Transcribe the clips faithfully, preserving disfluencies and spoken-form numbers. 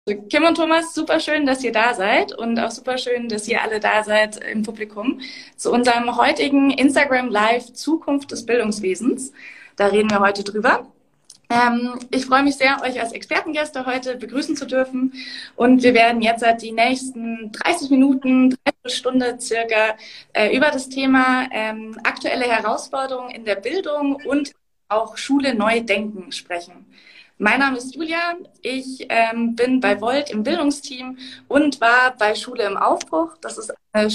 Kim und Thomas, super schön, dass ihr da seid und auch super schön, dass ihr alle da seid im Publikum zu unserem heutigen Instagram Live Zukunft des Bildungswesens. Da reden wir heute drüber. Ähm, ich freue mich sehr, euch als Expertengäste heute begrüßen zu dürfen und wir werden jetzt seit die nächsten dreißig Minuten, dreiviertel Stunde circa äh, über das Thema ähm, aktuelle Herausforderungen in der Bildung und auch Schule neu denken sprechen. Mein Name ist Julia, ich ähm, bin bei Volt im Bildungsteam und war bei Schule im Aufbruch. Das ist eine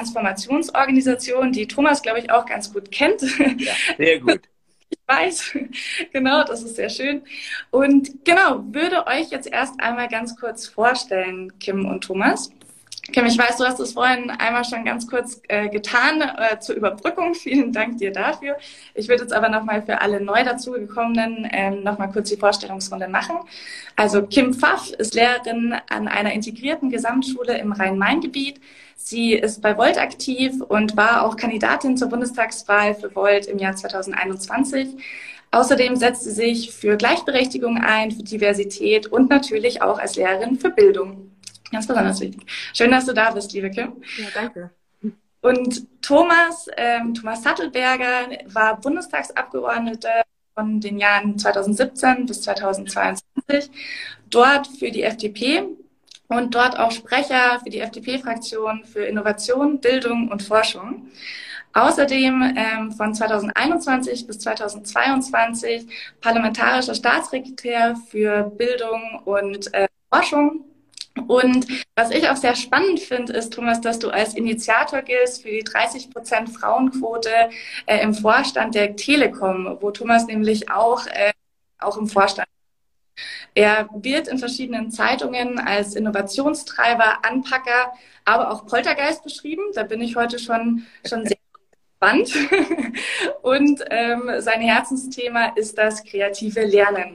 Schultransformationsorganisation, die Thomas, glaube ich, auch ganz gut kennt. Ja, sehr gut. Ich weiß, genau, das ist sehr schön. Und genau, würde euch jetzt erst einmal ganz kurz vorstellen, Kim und Thomas. Kim, ich weiß, du hast es vorhin einmal schon ganz kurz äh, getan äh, zur Überbrückung. Vielen Dank dir dafür. Ich würde jetzt aber nochmal für alle neu dazugekommenen ähm, nochmal kurz die Vorstellungsrunde machen. Also Kim Pfaff ist Lehrerin an einer integrierten Gesamtschule im Rhein-Main-Gebiet. Sie ist bei Volt aktiv und war auch Kandidatin zur Bundestagswahl für Volt im Jahr zweitausendeinundzwanzig. Außerdem setzt sie sich für Gleichberechtigung ein, für Diversität und natürlich auch als Lehrerin für Bildung. Ganz besonders wichtig. Schön, dass du da bist, liebe Kim. Ja, danke. Und Thomas, ähm, Thomas Sattelberger war Bundestagsabgeordneter von den Jahren zweitausendsiebzehn bis zweitausendzweiundzwanzig, dort für die F D P und dort auch Sprecher für die F D P-Fraktion für Innovation, Bildung und Forschung. Außerdem ähm, von zweitausendeinundzwanzig bis zweitausendzweiundzwanzig parlamentarischer Staatssekretär für Bildung und äh, Forschung. Und was ich auch sehr spannend finde, ist, Thomas, dass du als Initiator giltst für die dreißig Prozent Frauenquote äh, im Vorstand der Telekom, wo Thomas nämlich auch, äh, auch im Vorstand ist. Er wird in verschiedenen Zeitungen als Innovationstreiber, Anpacker, aber auch Poltergeist beschrieben. Da bin ich heute schon, schon sehr gespannt. Und ähm, sein Herzensthema ist das kreative Lernen.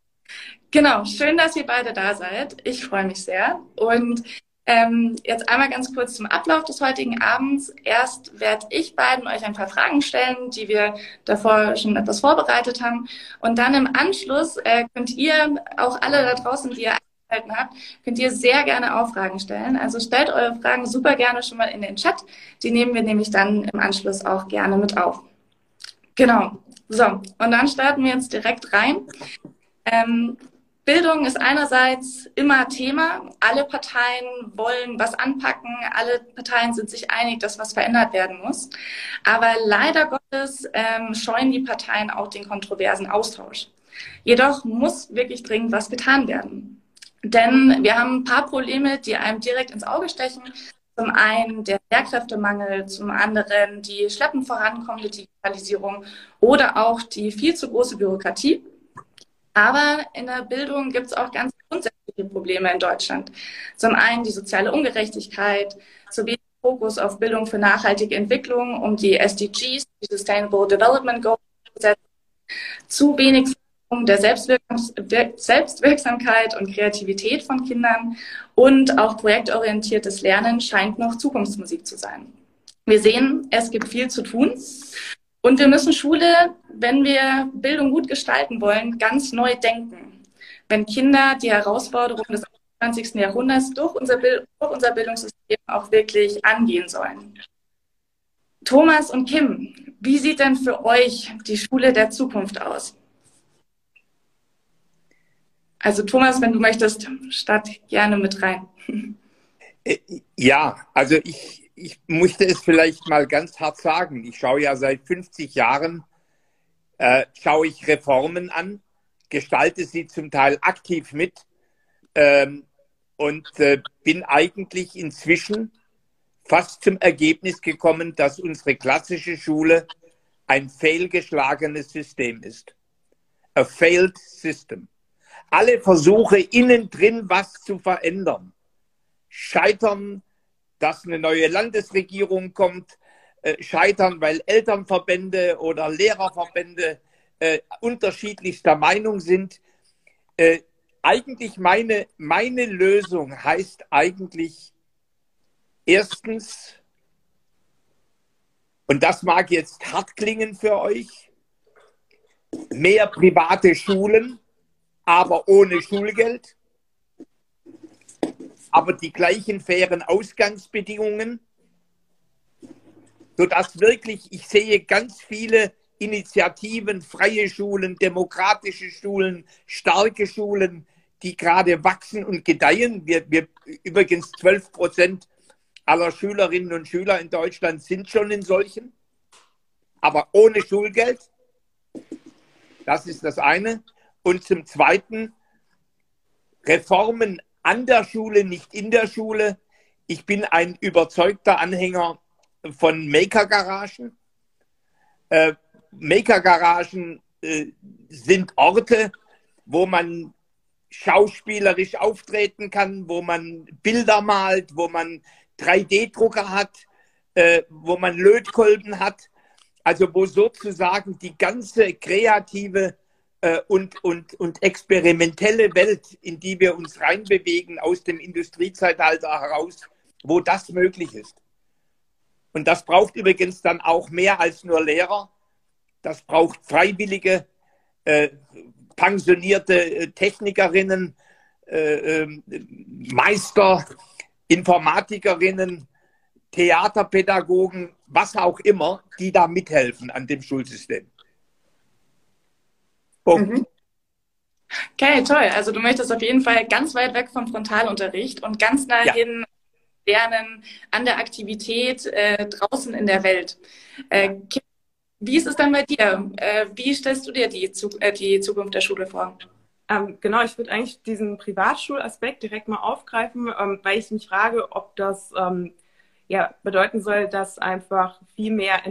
Genau, schön, dass ihr beide da seid. Ich freue mich sehr. Und ähm, jetzt einmal ganz kurz zum Ablauf des heutigen Abends. Erst werde ich beiden euch ein paar Fragen stellen, die wir davor schon etwas vorbereitet haben. Und dann im Anschluss äh, könnt ihr, auch alle da draußen, die ihr eingehalten habt, könnt ihr sehr gerne auch Fragen stellen. Also stellt eure Fragen super gerne schon mal in den Chat. Die nehmen wir nämlich dann im Anschluss auch gerne mit auf. Genau. So, und dann starten wir jetzt direkt rein. Ähm, Bildung ist einerseits immer Thema. Alle Parteien wollen was anpacken. Alle Parteien sind sich einig, dass was verändert werden muss. Aber leider Gottes ähm, scheuen die Parteien auch den kontroversen Austausch. Jedoch muss wirklich dringend was getan werden. Denn wir haben ein paar Probleme, die einem direkt ins Auge stechen. Zum einen der Lehrkräftemangel, zum anderen die schleppend vorankommende Digitalisierung oder auch die viel zu große Bürokratie. Aber in der Bildung gibt es auch ganz grundsätzliche Probleme in Deutschland. Zum einen die soziale Ungerechtigkeit, zu wenig Fokus auf Bildung für nachhaltige Entwicklung, um die S D Gs, die Sustainable Development Goals, zu setzen, zu wenig Förderung der Selbstwirksam Selbstwirksamkeit und Kreativität von Kindern und auch projektorientiertes Lernen scheint noch Zukunftsmusik zu sein. Wir sehen, es gibt viel zu tun. Und wir müssen Schule, wenn wir Bildung gut gestalten wollen, ganz neu denken. Wenn Kinder die Herausforderungen des einundzwanzigsten Jahrhunderts durch unser, Bild, durch unser Bildungssystem auch wirklich angehen sollen. Thomas und Kim, wie sieht denn für euch die Schule der Zukunft aus? Also Thomas, wenn du möchtest, start gerne mit rein. Ja, also ich... Ich musste es vielleicht mal ganz hart sagen. Ich schaue ja seit fünfzig Jahren, äh, schaue ich Reformen an, gestalte sie zum Teil aktiv mit ähm, und äh, bin eigentlich inzwischen fast zum Ergebnis gekommen, dass unsere klassische Schule ein fehlgeschlagenes System ist. A failed system. Alle Versuche, innen drin was zu verändern, scheitern, dass eine neue Landesregierung kommt, äh, scheitern, weil Elternverbände oder Lehrerverbände äh, unterschiedlichster Meinung sind. Äh, eigentlich meine, meine Lösung heißt eigentlich erstens, und das mag jetzt hart klingen für euch, mehr private Schulen, aber ohne Schulgeld. aber die gleichen fairen Ausgangsbedingungen, sodass wirklich, ich sehe ganz viele Initiativen, freie Schulen, demokratische Schulen, starke Schulen, die gerade wachsen und gedeihen. Wir, wir übrigens zwölf Prozent aller Schülerinnen und Schüler in Deutschland sind schon in solchen, aber ohne Schulgeld. Das ist das eine. Und zum Zweiten, Reformen an der Schule, nicht in der Schule. Ich bin ein überzeugter Anhänger von Maker-Garagen. Äh, Maker-Garagen äh, sind Orte, wo man schauspielerisch auftreten kann, wo man Bilder malt, wo man drei D Drucker hat, äh, wo man Lötkolben hat. Also wo sozusagen die ganze kreative äh, und, und, und experimentelle Welt, in die wir uns reinbewegen aus dem Industriezeitalter heraus, wo das möglich ist. Und das braucht übrigens dann auch mehr als nur Lehrer. Das braucht freiwillige, äh, pensionierte äh, Technikerinnen, äh, äh, Meister, Informatikerinnen, Theaterpädagogen, was auch immer, die da mithelfen an dem Schulsystem. Punkt. Mhm. Okay, toll. Also du möchtest auf jeden Fall ganz weit weg vom Frontalunterricht und ganz nah Ja. hin lernen an der Aktivität äh, draußen in der Welt. Äh, wie ist es dann bei dir? Äh, wie stellst du dir die, äh, die Zukunft der Schule vor? Ähm, genau, ich würde eigentlich diesen Privatschulaspekt direkt mal aufgreifen, ähm, weil ich mich frage, ob das ähm, ja, bedeuten soll, dass einfach viel mehr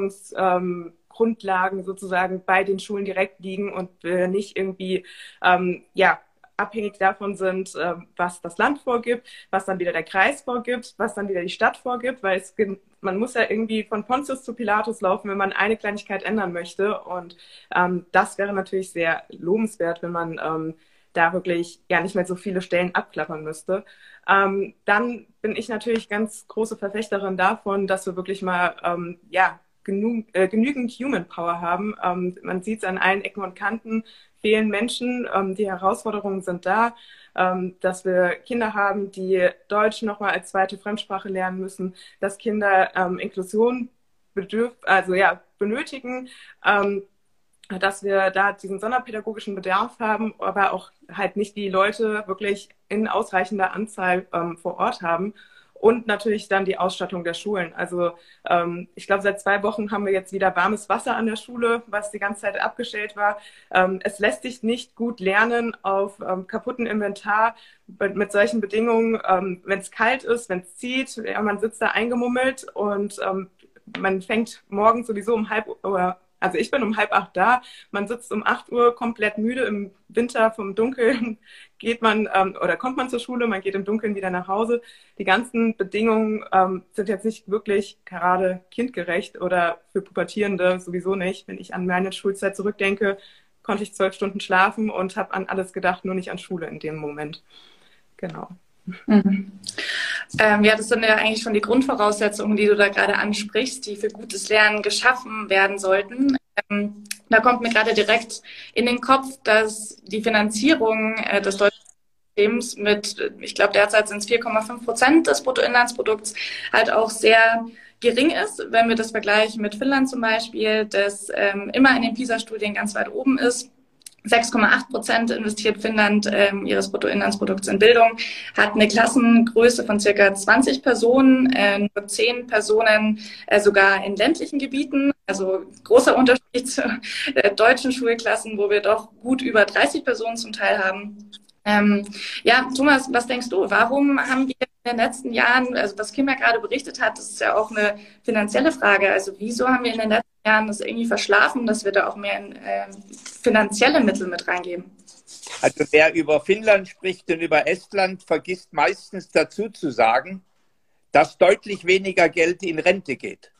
Entscheidungsgrundlagen ähm, sozusagen bei den Schulen direkt liegen und wir nicht irgendwie ähm, ja, abhängig davon sind, äh, was das Land vorgibt, was dann wieder der Kreis vorgibt, was dann wieder die Stadt vorgibt, weil es, man muss ja irgendwie von Pontius zu Pilatus laufen, wenn man eine Kleinigkeit ändern möchte. Und ähm, das wäre natürlich sehr lobenswert, wenn man ähm, da wirklich ja nicht mehr so viele Stellen abklappern müsste. Ähm, dann bin ich natürlich ganz große Verfechterin davon, dass wir wirklich mal ähm, ja genug, äh, genügend Human Power haben. Ähm, man sieht es an allen Ecken und Kanten, fehlen Menschen, ähm, die Herausforderungen sind da, ähm, dass wir Kinder haben, die Deutsch nochmal als zweite Fremdsprache lernen müssen, dass Kinder ähm, Inklusion bedürf also ja benötigen, ähm, dass wir da diesen sonderpädagogischen Bedarf haben, aber auch halt nicht die Leute wirklich in ausreichender Anzahl ähm, vor Ort haben. Und natürlich dann die Ausstattung der Schulen. Also ähm, ich glaube, seit zwei Wochen haben wir jetzt wieder warmes Wasser an der Schule, was die ganze Zeit abgestellt war. Ähm, es lässt sich nicht gut lernen auf ähm, kaputten Inventar mit, mit solchen Bedingungen. Ähm, wenn es kalt ist, wenn es zieht, ja, man sitzt da eingemummelt und ähm, man fängt morgens sowieso um halb Uhr. Also ich bin um halb acht da, man sitzt um acht Uhr komplett müde im Winter vom Dunkeln, geht man ähm, oder kommt man zur Schule, man geht im Dunkeln wieder nach Hause. Die ganzen Bedingungen ähm, sind jetzt nicht wirklich gerade kindgerecht oder für Pubertierende sowieso nicht. Wenn ich an meine Schulzeit zurückdenke, konnte ich zwölf Stunden schlafen und habe an alles gedacht, nur nicht an Schule in dem Moment. Genau. Mhm. Ähm, ja, das sind ja eigentlich schon die Grundvoraussetzungen, die du da gerade ansprichst, die für gutes Lernen geschaffen werden sollten. Ähm, da kommt mir gerade direkt in den Kopf, dass die Finanzierung äh, des deutschen Systems mit, ich glaube, derzeit sind es vier Komma fünf Prozent des Bruttoinlandsprodukts, halt auch sehr gering ist, wenn wir das vergleichen mit Finnland zum Beispiel, das ähm, immer in den PISA-Studien ganz weit oben ist. sechs Komma acht Prozent investiert Finnland ähm, ihres Bruttoinlandsprodukts in Bildung, hat eine Klassengröße von circa zwanzig Personen, äh, nur zehn Personen äh, sogar in ländlichen Gebieten. Also großer Unterschied zu äh, deutschen Schulklassen, wo wir doch gut über dreißig Personen zum Teil haben. Ähm, ja, Thomas, was denkst du? Warum haben wir in den letzten Jahren, also was Kim ja gerade berichtet hat, das ist ja auch eine finanzielle Frage. Also wieso haben wir in den letzten Jahren das irgendwie verschlafen, dass wir da auch mehr in, äh, finanzielle Mittel mit reingeben? Also wer über Finnland spricht und über Estland, vergisst meistens dazu zu sagen, dass deutlich weniger Geld in Rente geht.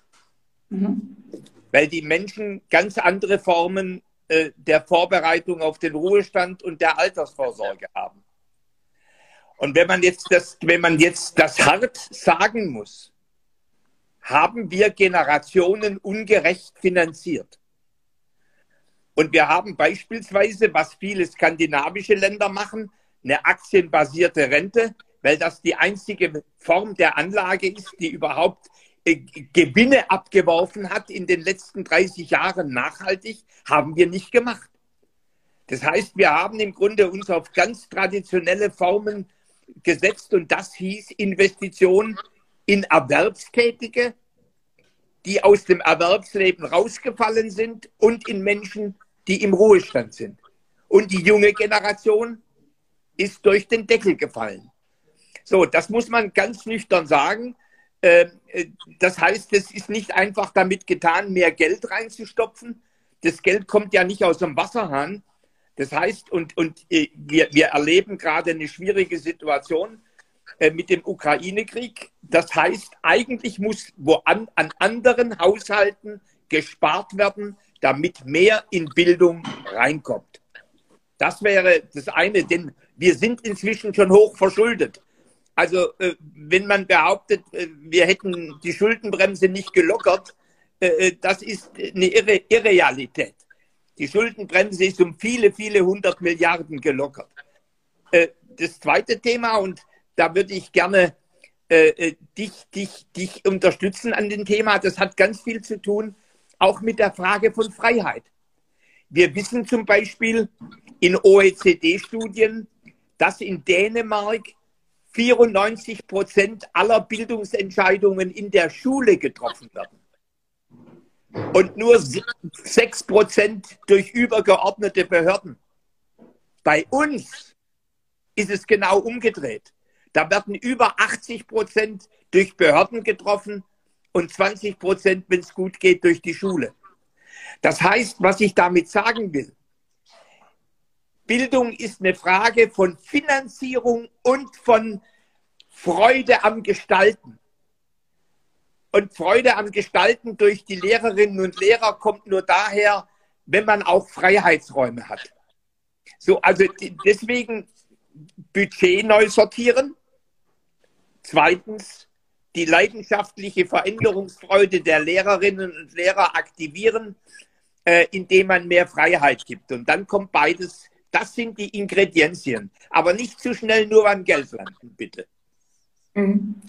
Mhm. Weil die Menschen ganz andere Formen äh, der Vorbereitung auf den Ruhestand und der Altersvorsorge haben. Und wenn man jetzt das, wenn man jetzt das hart sagen muss, haben wir Generationen ungerecht finanziert. Und wir haben beispielsweise, was viele skandinavische Länder machen, eine aktienbasierte Rente, weil das die einzige Form der Anlage ist, die überhaupt äh, Gewinne abgeworfen hat in den letzten dreißig Jahren nachhaltig, haben wir nicht gemacht. Das heißt, wir haben im Grunde uns auf ganz traditionelle Formen gesetzt und das hieß Investition in Erwerbstätige, die aus dem Erwerbsleben rausgefallen sind und in Menschen, die im Ruhestand sind. Und die junge Generation ist durch den Deckel gefallen. So, das muss man ganz nüchtern sagen. Das heißt, es ist nicht einfach damit getan, mehr Geld reinzustopfen. Das Geld kommt ja nicht aus dem Wasserhahn. Das heißt, und, und wir, wir erleben gerade eine schwierige Situation mit dem Ukraine-Krieg. Das heißt, eigentlich muss wo an, an anderen Haushalten gespart werden, damit mehr in Bildung reinkommt. Das wäre das eine, denn wir sind inzwischen schon hoch verschuldet. Also äh, wenn man behauptet, äh, wir hätten die Schuldenbremse nicht gelockert, äh, das ist eine Irre Irrealität. Die Schuldenbremse ist um viele, viele hundert Milliarden gelockert. Äh, das zweite Thema, und da würde ich gerne äh, dich, dich, dich unterstützen an dem Thema, das hat ganz viel zu tun, auch mit der Frage von Freiheit. Wir wissen zum Beispiel in O E C D-Studien, dass in Dänemark vierundneunzig Prozent aller Bildungsentscheidungen in der Schule getroffen werden. Und nur sechs Prozent durch übergeordnete Behörden. Bei uns ist es genau umgedreht. Da werden über achtzig Prozent durch Behörden getroffen und zwanzig Prozent, wenn es gut geht, durch die Schule. Das heißt, was ich damit sagen will, Bildung ist eine Frage von Finanzierung und von Freude am Gestalten. Und Freude am Gestalten durch die Lehrerinnen und Lehrer kommt nur daher, wenn man auch Freiheitsräume hat. So, also deswegen Budget neu sortieren. Zweitens, die leidenschaftliche Veränderungsfreude der Lehrerinnen und Lehrer aktivieren, äh, indem man mehr Freiheit gibt. Und dann kommt beides. Das sind die Ingredienzien. Aber nicht zu schnell nur an Geld landen, bitte. Mhm.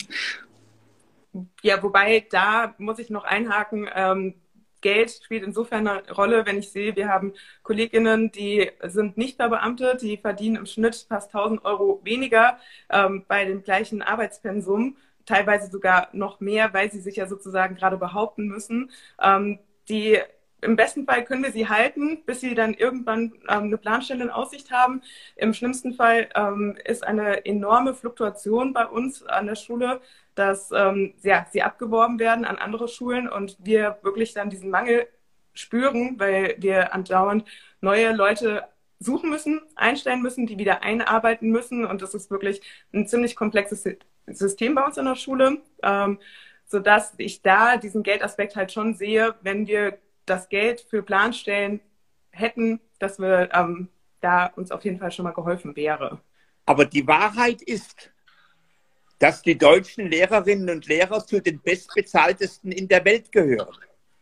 Ja, wobei, da muss ich noch einhaken, ähm, Geld spielt insofern eine Rolle, wenn ich sehe, wir haben KollegInnen, die sind nicht verbeamtet, die verdienen im Schnitt fast tausend Euro weniger ähm, bei dem gleichen Arbeitspensum, teilweise sogar noch mehr, weil sie sich ja sozusagen gerade behaupten müssen. Ähm, die Im besten Fall können wir sie halten, bis sie dann irgendwann ähm, eine Planstelle in Aussicht haben. Im schlimmsten Fall ähm, ist eine enorme Fluktuation bei uns an der Schule, dass ähm, ja, sie abgeworben werden an andere Schulen und wir wirklich dann diesen Mangel spüren, weil wir andauernd neue Leute suchen müssen, einstellen müssen, die wieder einarbeiten müssen. Und das ist wirklich ein ziemlich komplexes System bei uns in der Schule, ähm, sodass ich da diesen Geldaspekt halt schon sehe, wenn wir das Geld für Planstellen hätten, dass wir ähm, da uns auf jeden Fall schon mal geholfen wäre. Aber die Wahrheit ist, dass die deutschen Lehrerinnen und Lehrer zu den bestbezahltesten in der Welt gehören.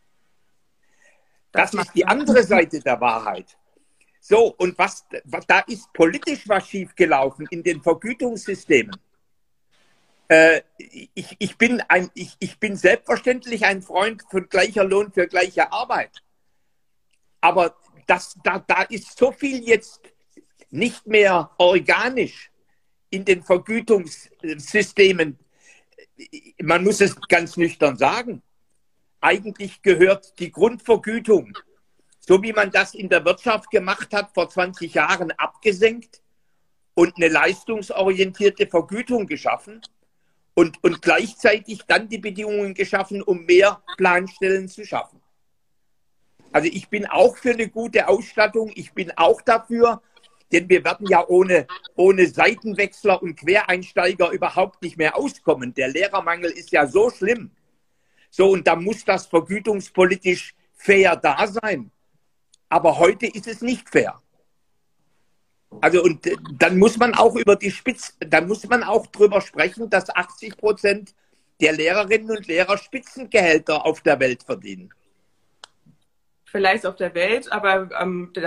Das, das ist die andere Seite der Wahrheit. So, und was, was da ist politisch was schiefgelaufen in den Vergütungssystemen. Äh, ich, ich, bin ein, ich, ich bin selbstverständlich ein Freund von gleicher Lohn für gleiche Arbeit. Aber das, da, da ist so viel jetzt nicht mehr organisch in den Vergütungssystemen. Man muss es ganz nüchtern sagen. Eigentlich gehört die Grundvergütung, so wie man das in der Wirtschaft gemacht hat, vor zwanzig Jahren abgesenkt und eine leistungsorientierte Vergütung geschaffen und, und gleichzeitig dann die Bedingungen geschaffen, um mehr Planstellen zu schaffen. Also ich bin auch für eine gute Ausstattung. Ich bin auch dafür, denn wir werden ja ohne, ohne Seitenwechsler und Quereinsteiger überhaupt nicht mehr auskommen. Der Lehrermangel ist ja so schlimm. So, und da muss das vergütungspolitisch fair da sein. Aber heute ist es nicht fair. Also, und dann muss man auch über die Spitz, dann muss man auch drüber sprechen, dass achtzig Prozent der Lehrerinnen und Lehrer Spitzengehälter auf der Welt verdienen. Vielleicht auf der Welt, aber ähm, der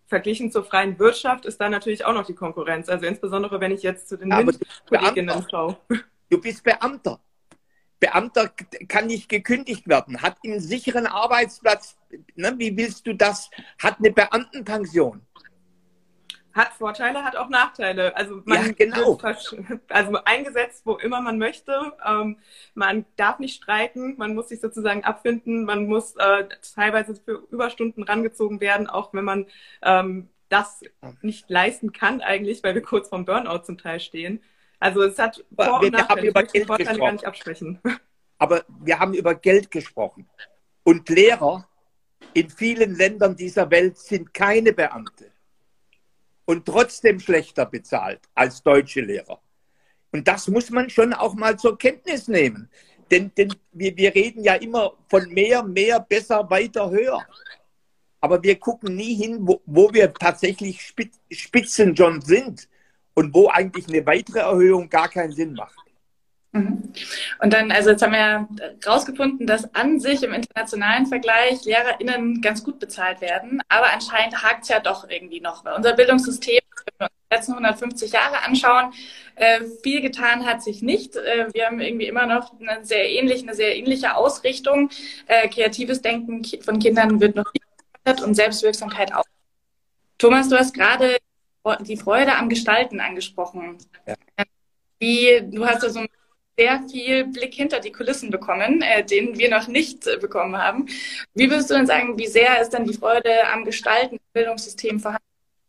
verglichen zur freien Wirtschaft ist da natürlich auch noch die Konkurrenz. Also insbesondere, wenn ich jetzt zu den Ja, MINT-Kolleginnen schaue. Du bist Beamter. Beamter kann nicht gekündigt werden, hat einen sicheren Arbeitsplatz. Ne? Wie willst du das? Hat eine Beamtenpension. Hat Vorteile, hat auch Nachteile. Also man ja, genau. wird also eingesetzt, wo immer man möchte. Ähm, man darf nicht streiken, man muss sich sozusagen abfinden, man muss äh, teilweise für Überstunden rangezogen werden, auch wenn man ähm, das nicht leisten kann eigentlich, weil wir kurz vorm Burnout zum Teil stehen. Also es hat Vor- und Nachteile. Ich möchte die Vorteile gar nicht absprechen. Aber wir haben über Geld gesprochen. Und Lehrer in vielen Ländern dieser Welt sind keine Beamte. Und trotzdem schlechter bezahlt als deutsche Lehrer. Und das muss man schon auch mal zur Kenntnis nehmen. Denn, denn wir, wir reden ja immer von mehr, mehr, besser, weiter, höher. Aber wir gucken nie hin, wo, wo wir tatsächlich Spitzenjohn sind und wo eigentlich eine weitere Erhöhung gar keinen Sinn macht. Und dann, also jetzt haben wir ja rausgefunden, dass an sich im internationalen Vergleich LehrerInnen ganz gut bezahlt werden, aber anscheinend hakt es ja doch irgendwie noch. Weil unser Bildungssystem, wenn wir uns die letzten hundertfünfzig Jahre anschauen, äh, viel getan hat sich nicht. Äh, wir haben irgendwie immer noch eine sehr ähnliche, eine sehr ähnliche Ausrichtung. Äh, kreatives Denken von Kindern wird noch nicht gefördert und Selbstwirksamkeit auch. Thomas, du hast gerade die Freude am Gestalten angesprochen. Ja. Wie, du hast ja so ein sehr viel Blick hinter die Kulissen bekommen, äh, den wir noch nicht äh, bekommen haben. Wie würdest du denn sagen, wie sehr ist denn die Freude am Gestalten im Bildungssystem vorhanden?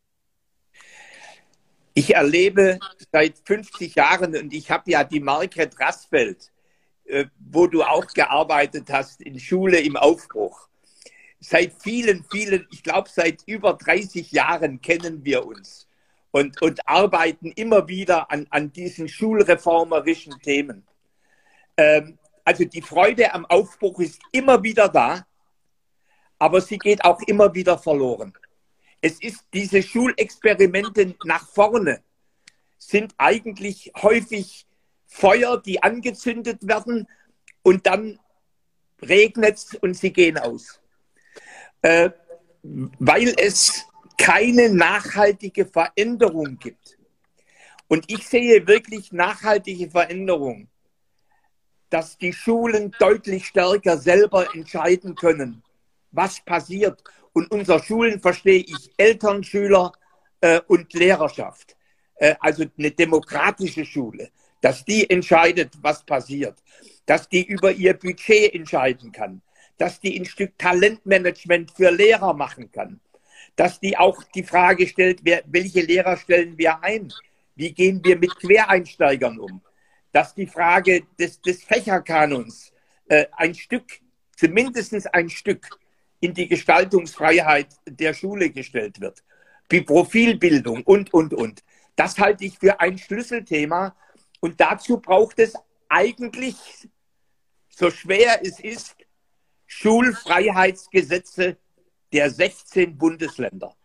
Ich erlebe seit fünfzig Jahren, und ich habe ja die Margret Rassfeld, äh, wo du auch gearbeitet hast, in Schule im Aufbruch. Seit vielen, vielen, ich glaube seit über dreißig Jahren kennen wir uns. Und, und arbeiten immer wieder an, an diesen schulreformerischen Themen. Ähm, also die Freude am Aufbruch ist immer wieder da, aber sie geht auch immer wieder verloren. Es ist diese Schulexperimente nach vorne, sind eigentlich häufig Feuer, die angezündet werden und dann regnet es und sie gehen aus. Äh, weil es keine nachhaltige Veränderung gibt. Und ich sehe wirklich nachhaltige Veränderung, dass die Schulen deutlich stärker selber entscheiden können, was passiert. Und unter Schulen verstehe ich Eltern, Schüler äh, und Lehrerschaft. Äh, also eine demokratische Schule, dass die entscheidet, was passiert. Dass die über ihr Budget entscheiden kann. Dass die ein Stück Talentmanagement für Lehrer machen kann. Dass die auch die Frage stellt, wer, welche Lehrer stellen wir ein? Wie gehen wir mit Quereinsteigern um? Dass die Frage des, des Fächerkanons äh, ein Stück, zumindest ein Stück, in die Gestaltungsfreiheit der Schule gestellt wird. Wie Profilbildung und, und, und. Das halte ich für ein Schlüsselthema. Und dazu braucht es eigentlich, so schwer es ist, Schulfreiheitsgesetze der sechzehn Bundesländer.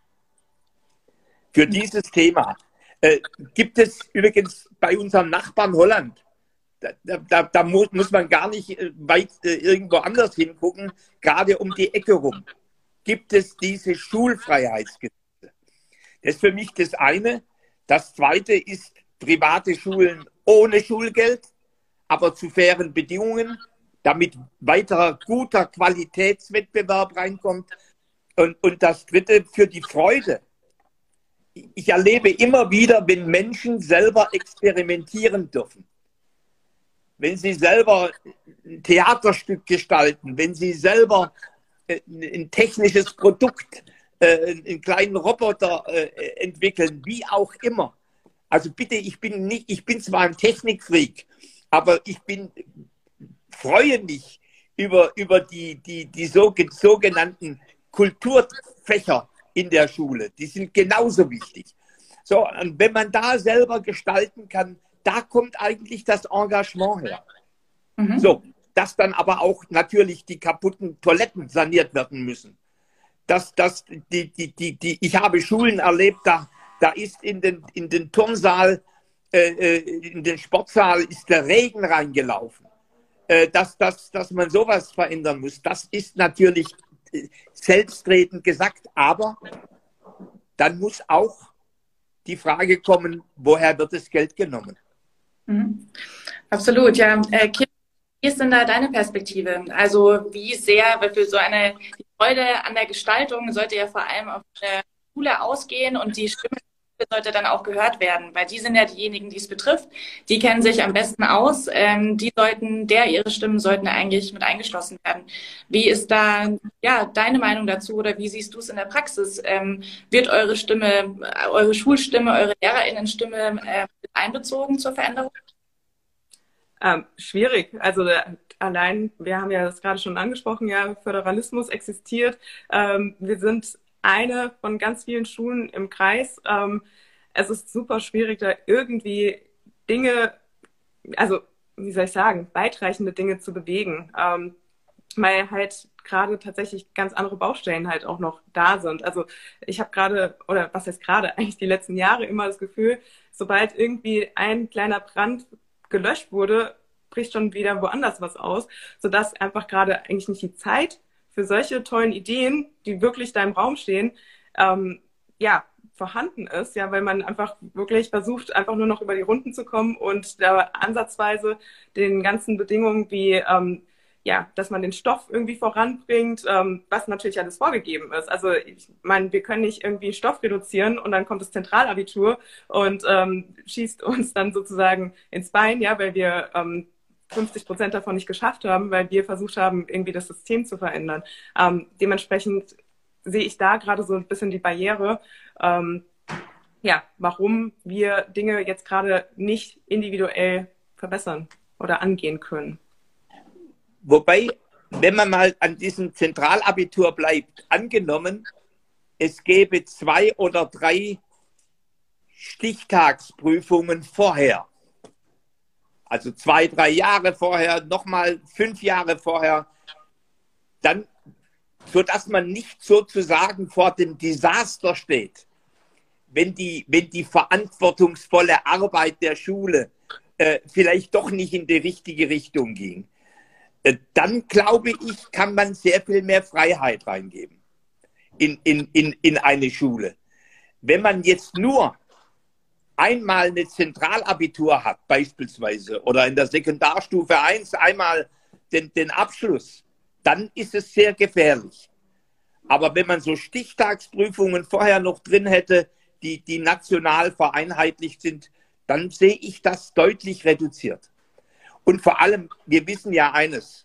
Für dieses Thema äh, gibt es übrigens bei unserem Nachbarn Holland, da, da, da muss, muss man gar nicht weit äh, irgendwo anders hingucken, gerade um die Ecke rum, gibt es diese Schulfreiheitsgesetze. Das ist für mich das eine. Das zweite ist private Schulen ohne Schulgeld, aber zu fairen Bedingungen, damit weiterer guter Qualitätswettbewerb reinkommt. Und, und das Dritte, für die Freude. Ich erlebe immer wieder, wenn Menschen selber experimentieren dürfen, wenn sie selber ein Theaterstück gestalten, wenn sie selber ein technisches Produkt, einen kleinen Roboter entwickeln, wie auch immer. Also bitte, ich bin nicht, ich bin zwar ein Technikfreak, aber ich bin, freue mich über, über die, die, die sogenannten Kulturfächer in der Schule, die sind genauso wichtig. So, und wenn man da selber gestalten kann, da kommt eigentlich das Engagement her. Mhm. So, dass dann aber auch natürlich die kaputten Toiletten saniert werden müssen. Dass, dass die, die, die, die, ich habe Schulen erlebt, da, da ist in den, in den Turnsaal, äh, in den Sportsaal ist der Regen reingelaufen. Äh, dass, dass, dass man sowas verändern muss, das ist natürlich selbstredend gesagt, aber dann muss auch die Frage kommen, woher wird das Geld genommen? Mhm. Absolut, ja. Äh, Kim, wie ist denn da deine Perspektive? Also wie sehr, weil für so eine die Freude an der Gestaltung sollte ja vor allem auf eine Schule ausgehen und die Stimme sollte dann auch gehört werden, weil die sind ja diejenigen, die es betrifft. Die kennen sich am besten aus. Ähm, die sollten, der ihre Stimmen sollten eigentlich mit eingeschlossen werden. Wie ist da ja deine Meinung dazu oder wie siehst du es in der Praxis? Ähm, wird eure Stimme, eure Schulstimme, eure LehrerInnenstimme äh, mit einbezogen zur Veränderung? Ähm, schwierig. Also äh, allein, wir haben ja das gerade schon angesprochen, ja, Föderalismus existiert. Ähm, wir sind eine von ganz vielen Schulen im Kreis. Ähm, es ist super schwierig, da irgendwie Dinge, also wie soll ich sagen, weitreichende Dinge zu bewegen, ähm, weil halt gerade tatsächlich ganz andere Baustellen halt auch noch da sind. Also ich habe gerade, oder was heißt gerade, eigentlich die letzten Jahre immer das Gefühl, sobald irgendwie ein kleiner Brand gelöscht wurde, bricht schon wieder woanders was aus, sodass einfach gerade eigentlich nicht die Zeit für solche tollen Ideen, die wirklich da im Raum stehen, ähm, ja, vorhanden ist, ja, weil man einfach wirklich versucht, einfach nur noch über die Runden zu kommen und da ansatzweise den ganzen Bedingungen wie, ähm, ja, dass man den Stoff irgendwie voranbringt, ähm, was natürlich alles vorgegeben ist. Also ich meine, wir können nicht irgendwie Stoff reduzieren und dann kommt das Zentralabitur und ähm, schießt uns dann sozusagen ins Bein, ja, weil wir ähm, fünfzig Prozent davon nicht geschafft haben, weil wir versucht haben, irgendwie das System zu verändern. Ähm, dementsprechend sehe ich da gerade so ein bisschen die Barriere, ähm, ja, warum wir Dinge jetzt gerade nicht individuell verbessern oder angehen können. Wobei, wenn man mal an diesem Zentralabitur bleibt, angenommen, es gäbe zwei oder drei Stichtagsprüfungen vorher. Also zwei, drei Jahre vorher, nochmal fünf Jahre vorher, dann, sodass man nicht sozusagen vor dem Desaster steht, wenn die, wenn die verantwortungsvolle Arbeit der Schule äh, vielleicht doch nicht in die richtige Richtung ging. Äh, dann, glaube ich, kann man sehr viel mehr Freiheit reingeben in, in, in, in eine Schule. Wenn man jetzt nur einmal eine Zentralabitur hat, beispielsweise, oder in der Sekundarstufe eins einmal den, den Abschluss, dann ist es sehr gefährlich. Aber wenn man so Stichtagsprüfungen vorher noch drin hätte, die, die national vereinheitlicht sind, dann sehe ich das deutlich reduziert. Und vor allem, wir wissen ja eines,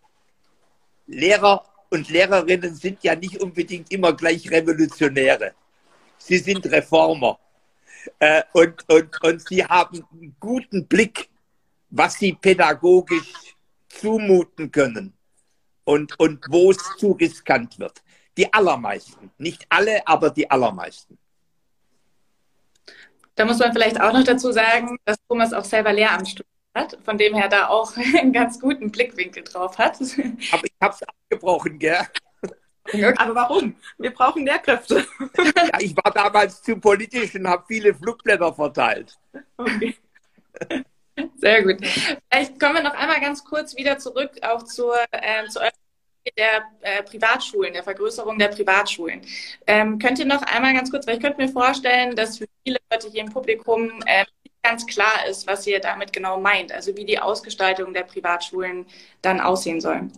Lehrer und Lehrerinnen sind ja nicht unbedingt immer gleich Revolutionäre. Sie sind Reformer. Äh, und, und, und sie haben einen guten Blick, was sie pädagogisch zumuten können und, und wo es zu riskant wird. Die allermeisten. Nicht alle, aber die allermeisten. Da muss man vielleicht auch noch dazu sagen, dass Thomas auch selber Lehramt studiert hat, von dem her da auch einen ganz guten Blickwinkel drauf hat. Aber ich habe es abgebrochen, gell? Okay. Aber warum? Wir brauchen Lehrkräfte. Ja, ich war damals zu politisch und habe viele Flugblätter verteilt. Okay. Sehr gut. Vielleicht kommen wir noch einmal ganz kurz wieder zurück auch zur, äh, zur der äh, Privatschulen, der Vergrößerung der Privatschulen. Ähm, könnt ihr noch einmal ganz kurz, weil ich könnte mir vorstellen, dass für viele Leute hier im Publikum äh, nicht ganz klar ist, was ihr damit genau meint, also wie die Ausgestaltung der Privatschulen dann aussehen soll.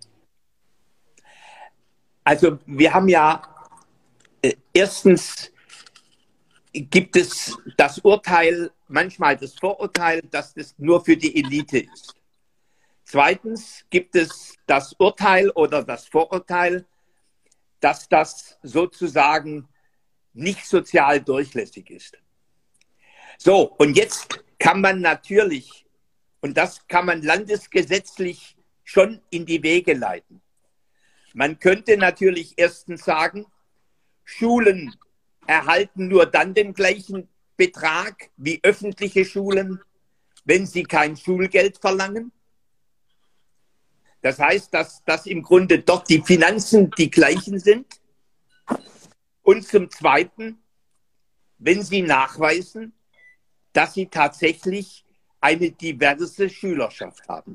Also wir haben ja, äh, erstens gibt es das Urteil, manchmal das Vorurteil, dass das nur für die Elite ist. Zweitens gibt es das Urteil oder das Vorurteil, dass das sozusagen nicht sozial durchlässig ist. So, und jetzt kann man natürlich, und das kann man landesgesetzlich schon in die Wege leiten. Man könnte natürlich erstens sagen, Schulen erhalten nur dann den gleichen Betrag wie öffentliche Schulen, wenn sie kein Schulgeld verlangen. Das heißt, dass, dass im Grunde dort die Finanzen die gleichen sind. Und zum Zweiten, wenn sie nachweisen, dass sie tatsächlich eine diverse Schülerschaft haben.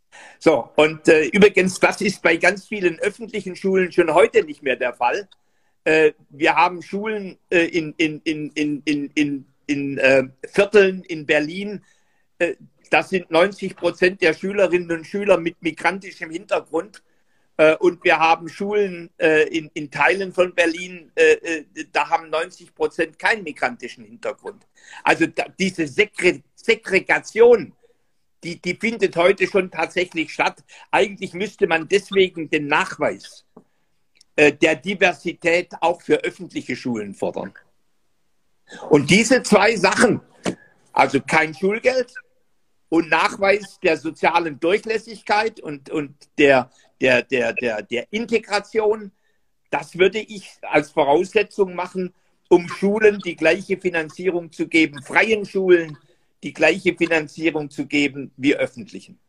So, und äh, übrigens, das ist bei ganz vielen öffentlichen Schulen schon heute nicht mehr der Fall. Äh, wir haben Schulen äh, in, in, in, in, in, in, in äh, Vierteln in Berlin. Äh, das sind neunzig Prozent der Schülerinnen und Schüler mit migrantischem Hintergrund. Äh, und wir haben Schulen äh, in, in Teilen von Berlin, äh, äh, da haben neunzig Prozent keinen migrantischen Hintergrund. Also da, diese Segre Segregation, die, die findet heute schon tatsächlich statt. Eigentlich müsste man deswegen den Nachweis äh, der Diversität auch für öffentliche Schulen fordern. Und diese zwei Sachen, also kein Schulgeld und Nachweis der sozialen Durchlässigkeit und, und der, der, der, der, der Integration, das würde ich als Voraussetzung machen, um Schulen die gleiche Finanzierung zu geben, freien Schulen die gleiche Finanzierung zu geben wie öffentlichen.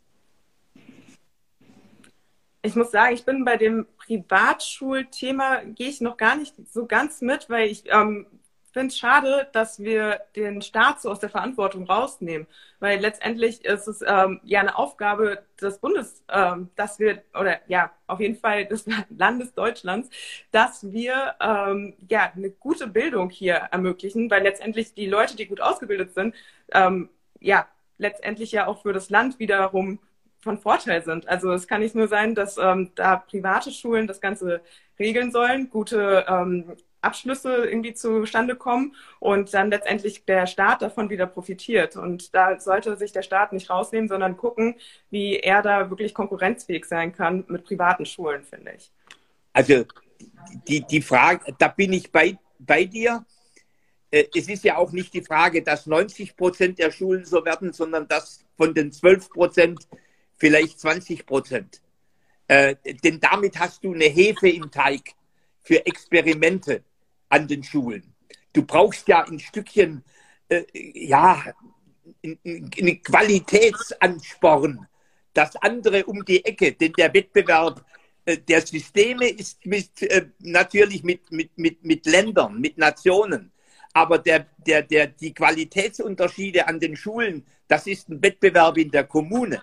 Ich muss sagen, ich bin bei dem Privatschulthema, gehe ich noch gar nicht so ganz mit, weil ich ähm, finde es schade, dass wir den Staat so aus der Verantwortung rausnehmen. Weil letztendlich ist es ähm, ja eine Aufgabe des Bundes, ähm, dass wir, oder ja, auf jeden Fall des Landes Deutschlands, dass wir ähm, ja eine gute Bildung hier ermöglichen, weil letztendlich die Leute, die gut ausgebildet sind, ähm, ja, letztendlich ja auch für das Land wiederum von Vorteil sind. Also es kann nicht nur sein, dass ähm, da private Schulen das Ganze regeln sollen, gute ähm, Abschlüsse irgendwie zustande kommen und dann letztendlich der Staat davon wieder profitiert. Und da sollte sich der Staat nicht rausnehmen, sondern gucken, wie er da wirklich konkurrenzfähig sein kann mit privaten Schulen, finde ich. Also die, die Frage, da bin ich bei, bei dir. Es ist ja auch nicht die Frage, dass neunzig Prozent der Schulen so werden, sondern dass von den zwölf Prozent vielleicht zwanzig Prozent. Äh, denn damit hast du eine Hefe im Teig für Experimente an den Schulen. Du brauchst ja ein Stückchen, äh, ja, eine Qualitätsansporn, das andere um die Ecke, denn der Wettbewerb äh, der Systeme ist mit, äh, natürlich mit, mit, mit, mit Ländern, mit Nationen. Aber der, der, der, die Qualitätsunterschiede an den Schulen, das ist ein Wettbewerb in der Kommune.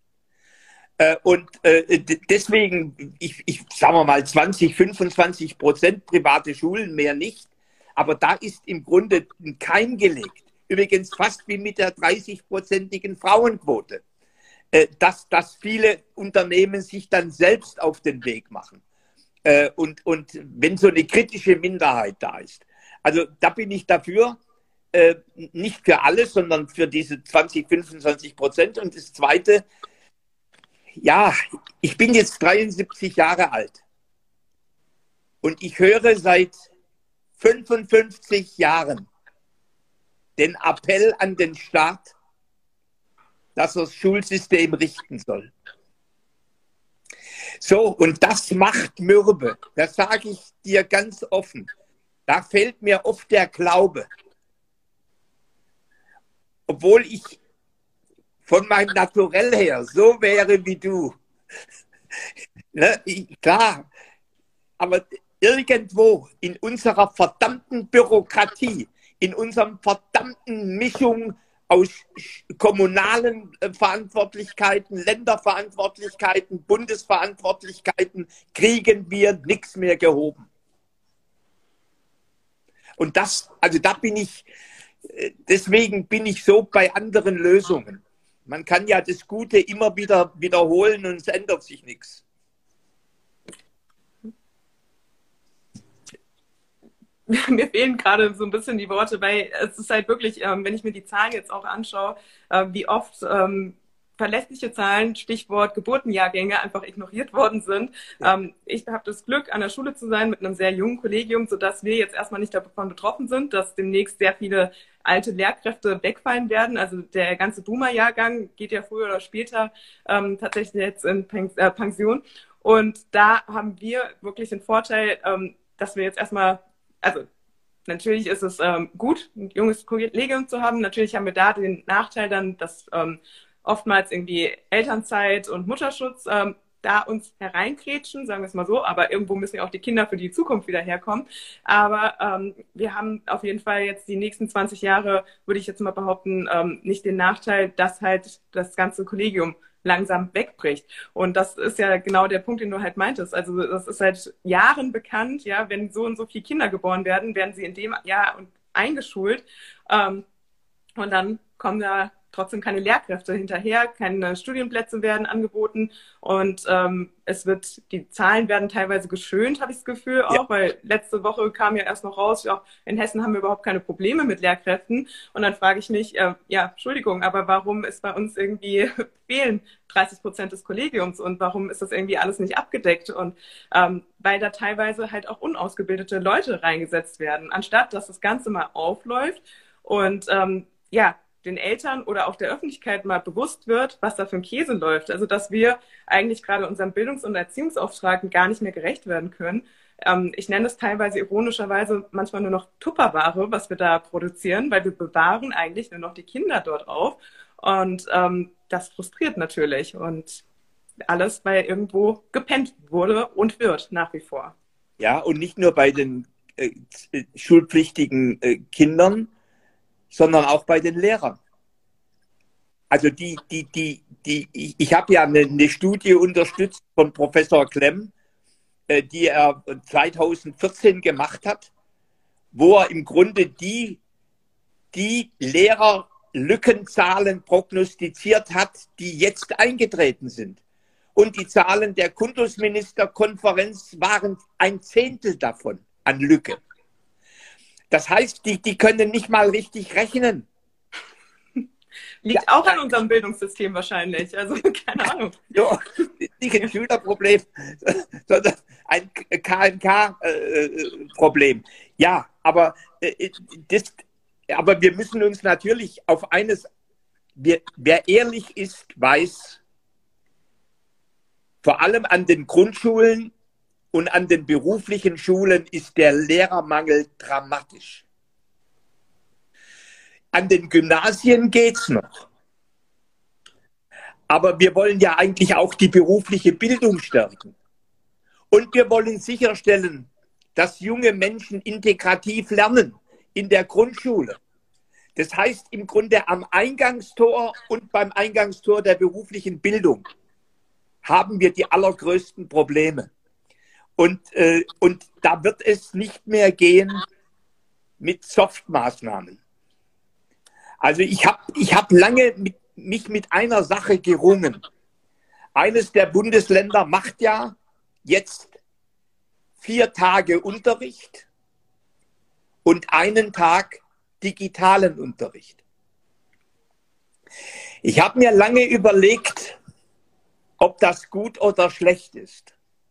Äh, und äh, deswegen, ich, ich sagen wir mal zwanzig, fünfundzwanzig Prozent private Schulen, mehr nicht. Aber da ist im Grunde ein Keim gelegt. Übrigens fast wie mit der dreißig-prozentigen Frauenquote. Äh, dass, dass viele Unternehmen sich dann selbst auf den Weg machen. Äh, und, und wenn so eine kritische Minderheit da ist. Also da bin ich dafür, äh, nicht für alles, sondern für diese zwanzig, fünfundzwanzig Prozent. Und das Zweite, ja, ich bin jetzt dreiundsiebzig Jahre alt und ich höre seit fünfundfünfzig Jahren den Appell an den Staat, dass er das Schulsystem richten soll. So, und das macht mürbe, das sage ich dir ganz offen. Da fehlt mir oft der Glaube. Obwohl ich von meinem Naturell her so wäre wie du. Ne? Ich, klar, aber irgendwo in unserer verdammten Bürokratie, in unserem verdammten Mischung aus kommunalen Verantwortlichkeiten, Länderverantwortlichkeiten, Bundesverantwortlichkeiten, kriegen wir nichts mehr gehoben. Und das, also da bin ich, deswegen bin ich so bei anderen Lösungen. Man kann ja das Gute immer wieder wiederholen und es ändert sich nichts. Mir fehlen gerade so ein bisschen die Worte, weil es ist halt wirklich, ähm, wenn ich mir die Zahlen jetzt auch anschaue, äh, wie oft ähm, verlässliche Zahlen, Stichwort Geburtenjahrgänge, einfach ignoriert worden sind. Ja. Ähm, ich habe das Glück, an der Schule zu sein mit einem sehr jungen Kollegium, sodass wir jetzt erstmal nicht davon betroffen sind, dass demnächst sehr viele alte Lehrkräfte wegfallen werden. Also der ganze Boomer-Jahrgang geht ja früher oder später ähm, tatsächlich jetzt in Pen äh, Pension. Und da haben wir wirklich den Vorteil, ähm, dass wir jetzt erstmal, also natürlich ist es ähm, gut, ein junges Kollegium zu haben. Natürlich haben wir da den Nachteil dann, dass ähm, oftmals irgendwie Elternzeit und Mutterschutz ähm, da uns hereinkrätschen, sagen wir es mal so, aber irgendwo müssen ja auch die Kinder für die Zukunft wieder herkommen. Aber ähm, wir haben auf jeden Fall jetzt die nächsten zwanzig Jahre, würde ich jetzt mal behaupten, ähm, nicht den Nachteil, dass halt das ganze Kollegium langsam wegbricht. Und das ist ja genau der Punkt, den du halt meintest. Also das ist seit Jahren bekannt, ja, wenn so und so viele Kinder geboren werden, werden sie in dem Jahr eingeschult. Ähm, und dann kommen da trotzdem keine Lehrkräfte hinterher, keine Studienplätze werden angeboten und ähm, es wird, die Zahlen werden teilweise geschönt, habe ich das Gefühl auch, ja. Weil letzte Woche kam ja erst noch raus, ja, in Hessen haben wir überhaupt keine Probleme mit Lehrkräften und dann frage ich mich, äh, ja, Entschuldigung, aber warum ist bei uns irgendwie fehlen dreißig Prozent des Kollegiums und warum ist das irgendwie alles nicht abgedeckt und ähm, weil da teilweise halt auch unausgebildete Leute reingesetzt werden, anstatt dass das Ganze mal aufläuft und ähm, ja, den Eltern oder auch der Öffentlichkeit mal bewusst wird, was da für ein Käse läuft. Also, dass wir eigentlich gerade unserem Bildungs- und Erziehungsauftrag gar nicht mehr gerecht werden können. Ähm, ich nenne es teilweise ironischerweise manchmal nur noch Tupperware, was wir da produzieren, weil wir bewahren eigentlich nur noch die Kinder dort auf. Und ähm, das frustriert natürlich. Und alles, weil irgendwo gepennt wurde und wird nach wie vor. Ja, und nicht nur bei den äh, schulpflichtigen äh, Kindern, sondern auch bei den Lehrern. Also die, die, die, die, ich, ich habe ja eine, eine Studie unterstützt von Professor Klemm, äh, die er zweitausendvierzehn gemacht hat, wo er im Grunde die, die Lehrerlückenzahlen prognostiziert hat, die jetzt eingetreten sind. Und die Zahlen der Kultusministerkonferenz waren ein Zehntel davon an Lücke. Das heißt, die, die können nicht mal richtig rechnen. Liegt ja auch an unserem Bildungssystem wahrscheinlich. Also keine Ahnung. So, nicht ein Schülerproblem, sondern ein K N K-Problem. Ja, aber, das, aber wir müssen uns natürlich auf eines, wer, wer ehrlich ist, weiß, vor allem an den Grundschulen und an den beruflichen Schulen ist der Lehrermangel dramatisch. An den Gymnasien geht's noch. Aber wir wollen ja eigentlich auch die berufliche Bildung stärken. Und wir wollen sicherstellen, dass junge Menschen integrativ lernen in der Grundschule. Das heißt im Grunde am Eingangstor und beim Eingangstor der beruflichen Bildung haben wir die allergrößten Probleme. Und, äh, und da wird es nicht mehr gehen mit Soft-Maßnahmen. Also ich habe ich hab lange mit, mich mit einer Sache gerungen. Eines der Bundesländer macht ja jetzt vier Tage Unterricht und einen Tag digitalen Unterricht. Ich habe mir lange überlegt, ob das gut oder schlecht ist.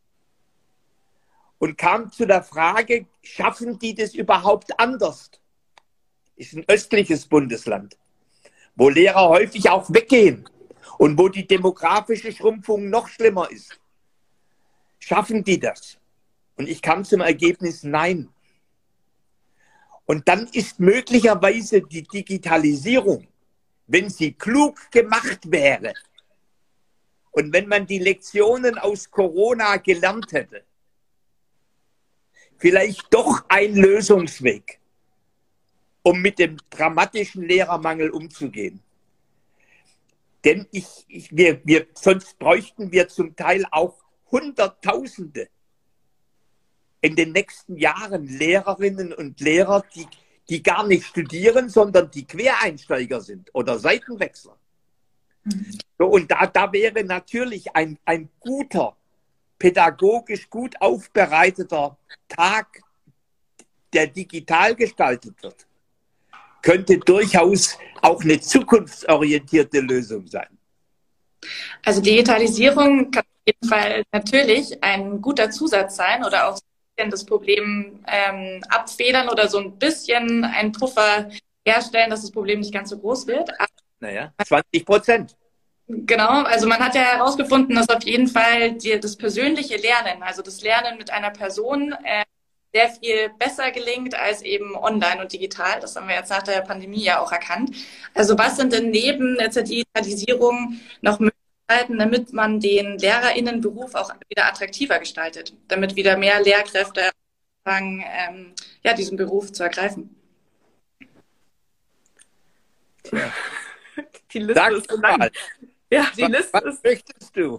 Und kam zu der Frage, schaffen die das überhaupt anders? Ist ein östliches Bundesland, wo Lehrer häufig auch weggehen und wo die demografische Schrumpfung noch schlimmer ist. Schaffen die das? Und ich kam zum Ergebnis, nein. Und dann ist möglicherweise die Digitalisierung, wenn sie klug gemacht wäre und wenn man die Lektionen aus Corona gelernt hätte, vielleicht doch ein Lösungsweg, um mit dem dramatischen Lehrermangel umzugehen. Denn ich, ich, wir, wir, sonst bräuchten wir zum Teil auch Hunderttausende in den nächsten Jahren Lehrerinnen und Lehrer, die, die gar nicht studieren, sondern die Quereinsteiger sind oder Seitenwechsler. Mhm. So, und da, da wäre natürlich ein, ein guter, pädagogisch gut aufbereiteter Tag, der digital gestaltet wird, könnte durchaus auch eine zukunftsorientierte Lösung sein. Also Digitalisierung kann auf jeden Fall natürlich ein guter Zusatz sein oder auch das Problem ähm, abfedern oder so ein bisschen einen Puffer herstellen, dass das Problem nicht ganz so groß wird. Aber naja, zwanzig Prozent. Genau, also man hat ja herausgefunden, dass auf jeden Fall die, das persönliche Lernen, also das Lernen mit einer Person, äh, sehr viel besser gelingt als eben online und digital. Das haben wir jetzt nach der Pandemie ja auch erkannt. Also was sind denn neben der Digitalisierung noch Möglichkeiten, damit man den LehrerInnenberuf auch wieder attraktiver gestaltet, damit wieder mehr Lehrkräfte anfangen, ähm, ja, diesen Beruf zu ergreifen? Tja. Die Liste Sag ist so lang. Ja, die Was, Liste was ist. möchtest du?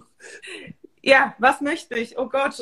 Ja, was möchte ich? Oh Gott.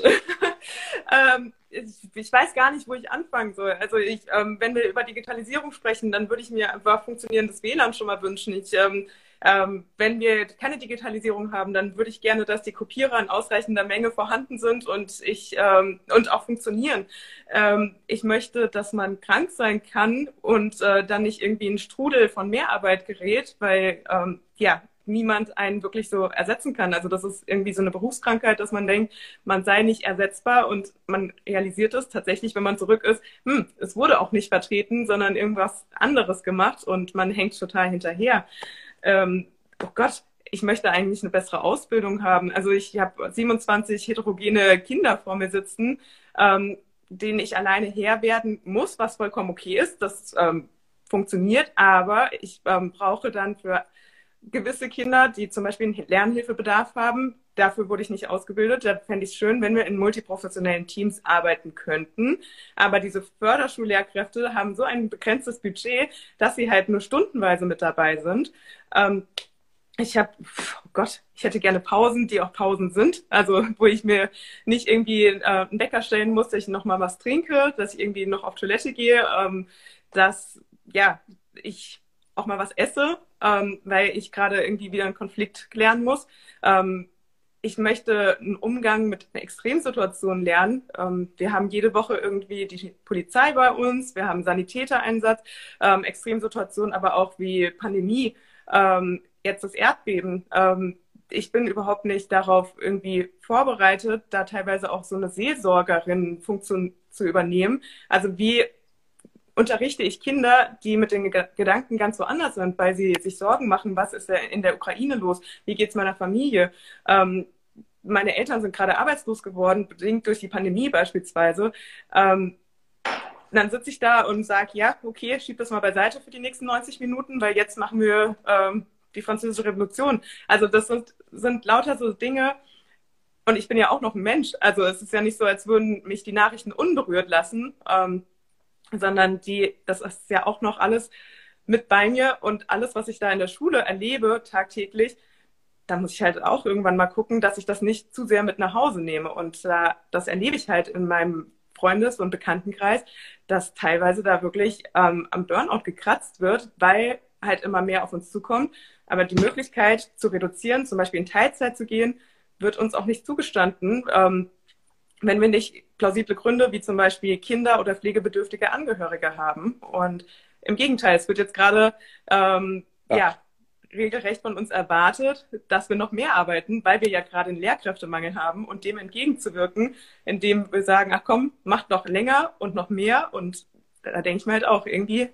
ähm, ich, ich weiß gar nicht, wo ich anfangen soll. Also ich, ähm, wenn wir über Digitalisierung sprechen, dann würde ich mir einfach funktionierendes W L A N schon mal wünschen. Ich, ähm, ähm, wenn wir keine Digitalisierung haben, dann würde ich gerne, dass die Kopierer in ausreichender Menge vorhanden sind und ich ähm, und auch funktionieren. Ähm, ich möchte, dass man krank sein kann und äh, dann nicht irgendwie in einen Strudel von Mehrarbeit gerät, weil ähm, ja niemand einen wirklich so ersetzen kann. Also das ist irgendwie so eine Berufskrankheit, dass man denkt, man sei nicht ersetzbar und man realisiert es tatsächlich, wenn man zurück ist, hm, es wurde auch nicht vertreten, sondern irgendwas anderes gemacht und man hängt total hinterher. Ähm, oh Gott, ich möchte eigentlich eine bessere Ausbildung haben. Also ich habe siebenundzwanzig heterogene Kinder vor mir sitzen, ähm, denen ich alleine Herr werden muss, was vollkommen okay ist. Das ähm, funktioniert, aber ich ähm, brauche dann für gewisse Kinder, die zum Beispiel einen Lernhilfebedarf haben, dafür wurde ich nicht ausgebildet. Da fände ich es schön, wenn wir in multiprofessionellen Teams arbeiten könnten. Aber diese Förderschullehrkräfte haben so ein begrenztes Budget, dass sie halt nur stundenweise mit dabei sind. Ähm, ich habe, oh Gott, ich hätte gerne Pausen, die auch Pausen sind. Also wo ich mir nicht irgendwie äh, einen Wecker stellen muss, dass ich noch mal was trinke, dass ich irgendwie noch auf Toilette gehe, ähm, dass ja ich auch mal was esse, ähm, weil ich gerade irgendwie wieder einen Konflikt klären muss. Ähm, ich möchte einen Umgang mit einer Extremsituation lernen. Ähm, wir haben jede Woche irgendwie die Polizei bei uns, wir haben Sanitätereinsatz, ähm, Extremsituationen, aber auch wie Pandemie, ähm, jetzt das Erdbeben. Ähm, ich bin überhaupt nicht darauf irgendwie vorbereitet, da teilweise auch so eine Seelsorgerin-Funktion zu übernehmen. Also wie unterrichte ich Kinder, die mit den Gedanken ganz woanders sind, weil sie sich Sorgen machen, was ist in der Ukraine los, wie geht es meiner Familie. Ähm, meine Eltern sind gerade arbeitslos geworden, bedingt durch die Pandemie beispielsweise. Ähm, dann sitze ich da und sage, ja, okay, schieb das mal beiseite für die nächsten neunzig Minuten, weil jetzt machen wir ähm, die Französische Revolution. Also das sind, sind lauter so Dinge, und ich bin ja auch noch ein Mensch. Also es ist ja nicht so, als würden mich die Nachrichten unberührt lassen. Ähm, sondern die, das ist ja auch noch alles mit bei mir und alles, was ich da in der Schule erlebe tagtäglich, da muss ich halt auch irgendwann mal gucken, dass ich das nicht zu sehr mit nach Hause nehme. Und äh, das erlebe ich halt in meinem Freundes- und Bekanntenkreis, dass teilweise da wirklich ähm, am Burnout gekratzt wird, weil halt immer mehr auf uns zukommt. Aber die Möglichkeit zu reduzieren, zum Beispiel in Teilzeit zu gehen, wird uns auch nicht zugestanden. Ähm, wenn wir nicht plausible Gründe wie zum Beispiel Kinder oder pflegebedürftige Angehörige haben. Und im Gegenteil, es wird jetzt gerade ähm, ja. ja regelrecht von uns erwartet, dass wir noch mehr arbeiten, weil wir ja gerade einen Lehrkräftemangel haben und dem entgegenzuwirken, indem wir sagen, ach komm, macht noch länger und noch mehr. Und da denke ich mir halt auch irgendwie,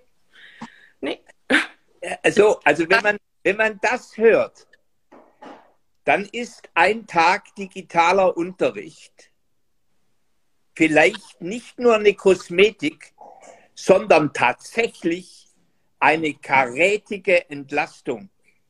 nee. Also, also wenn man, wenn man das hört, dann ist ein Tag digitaler Unterricht vielleicht nicht nur eine Kosmetik, sondern tatsächlich eine karätige Entlastung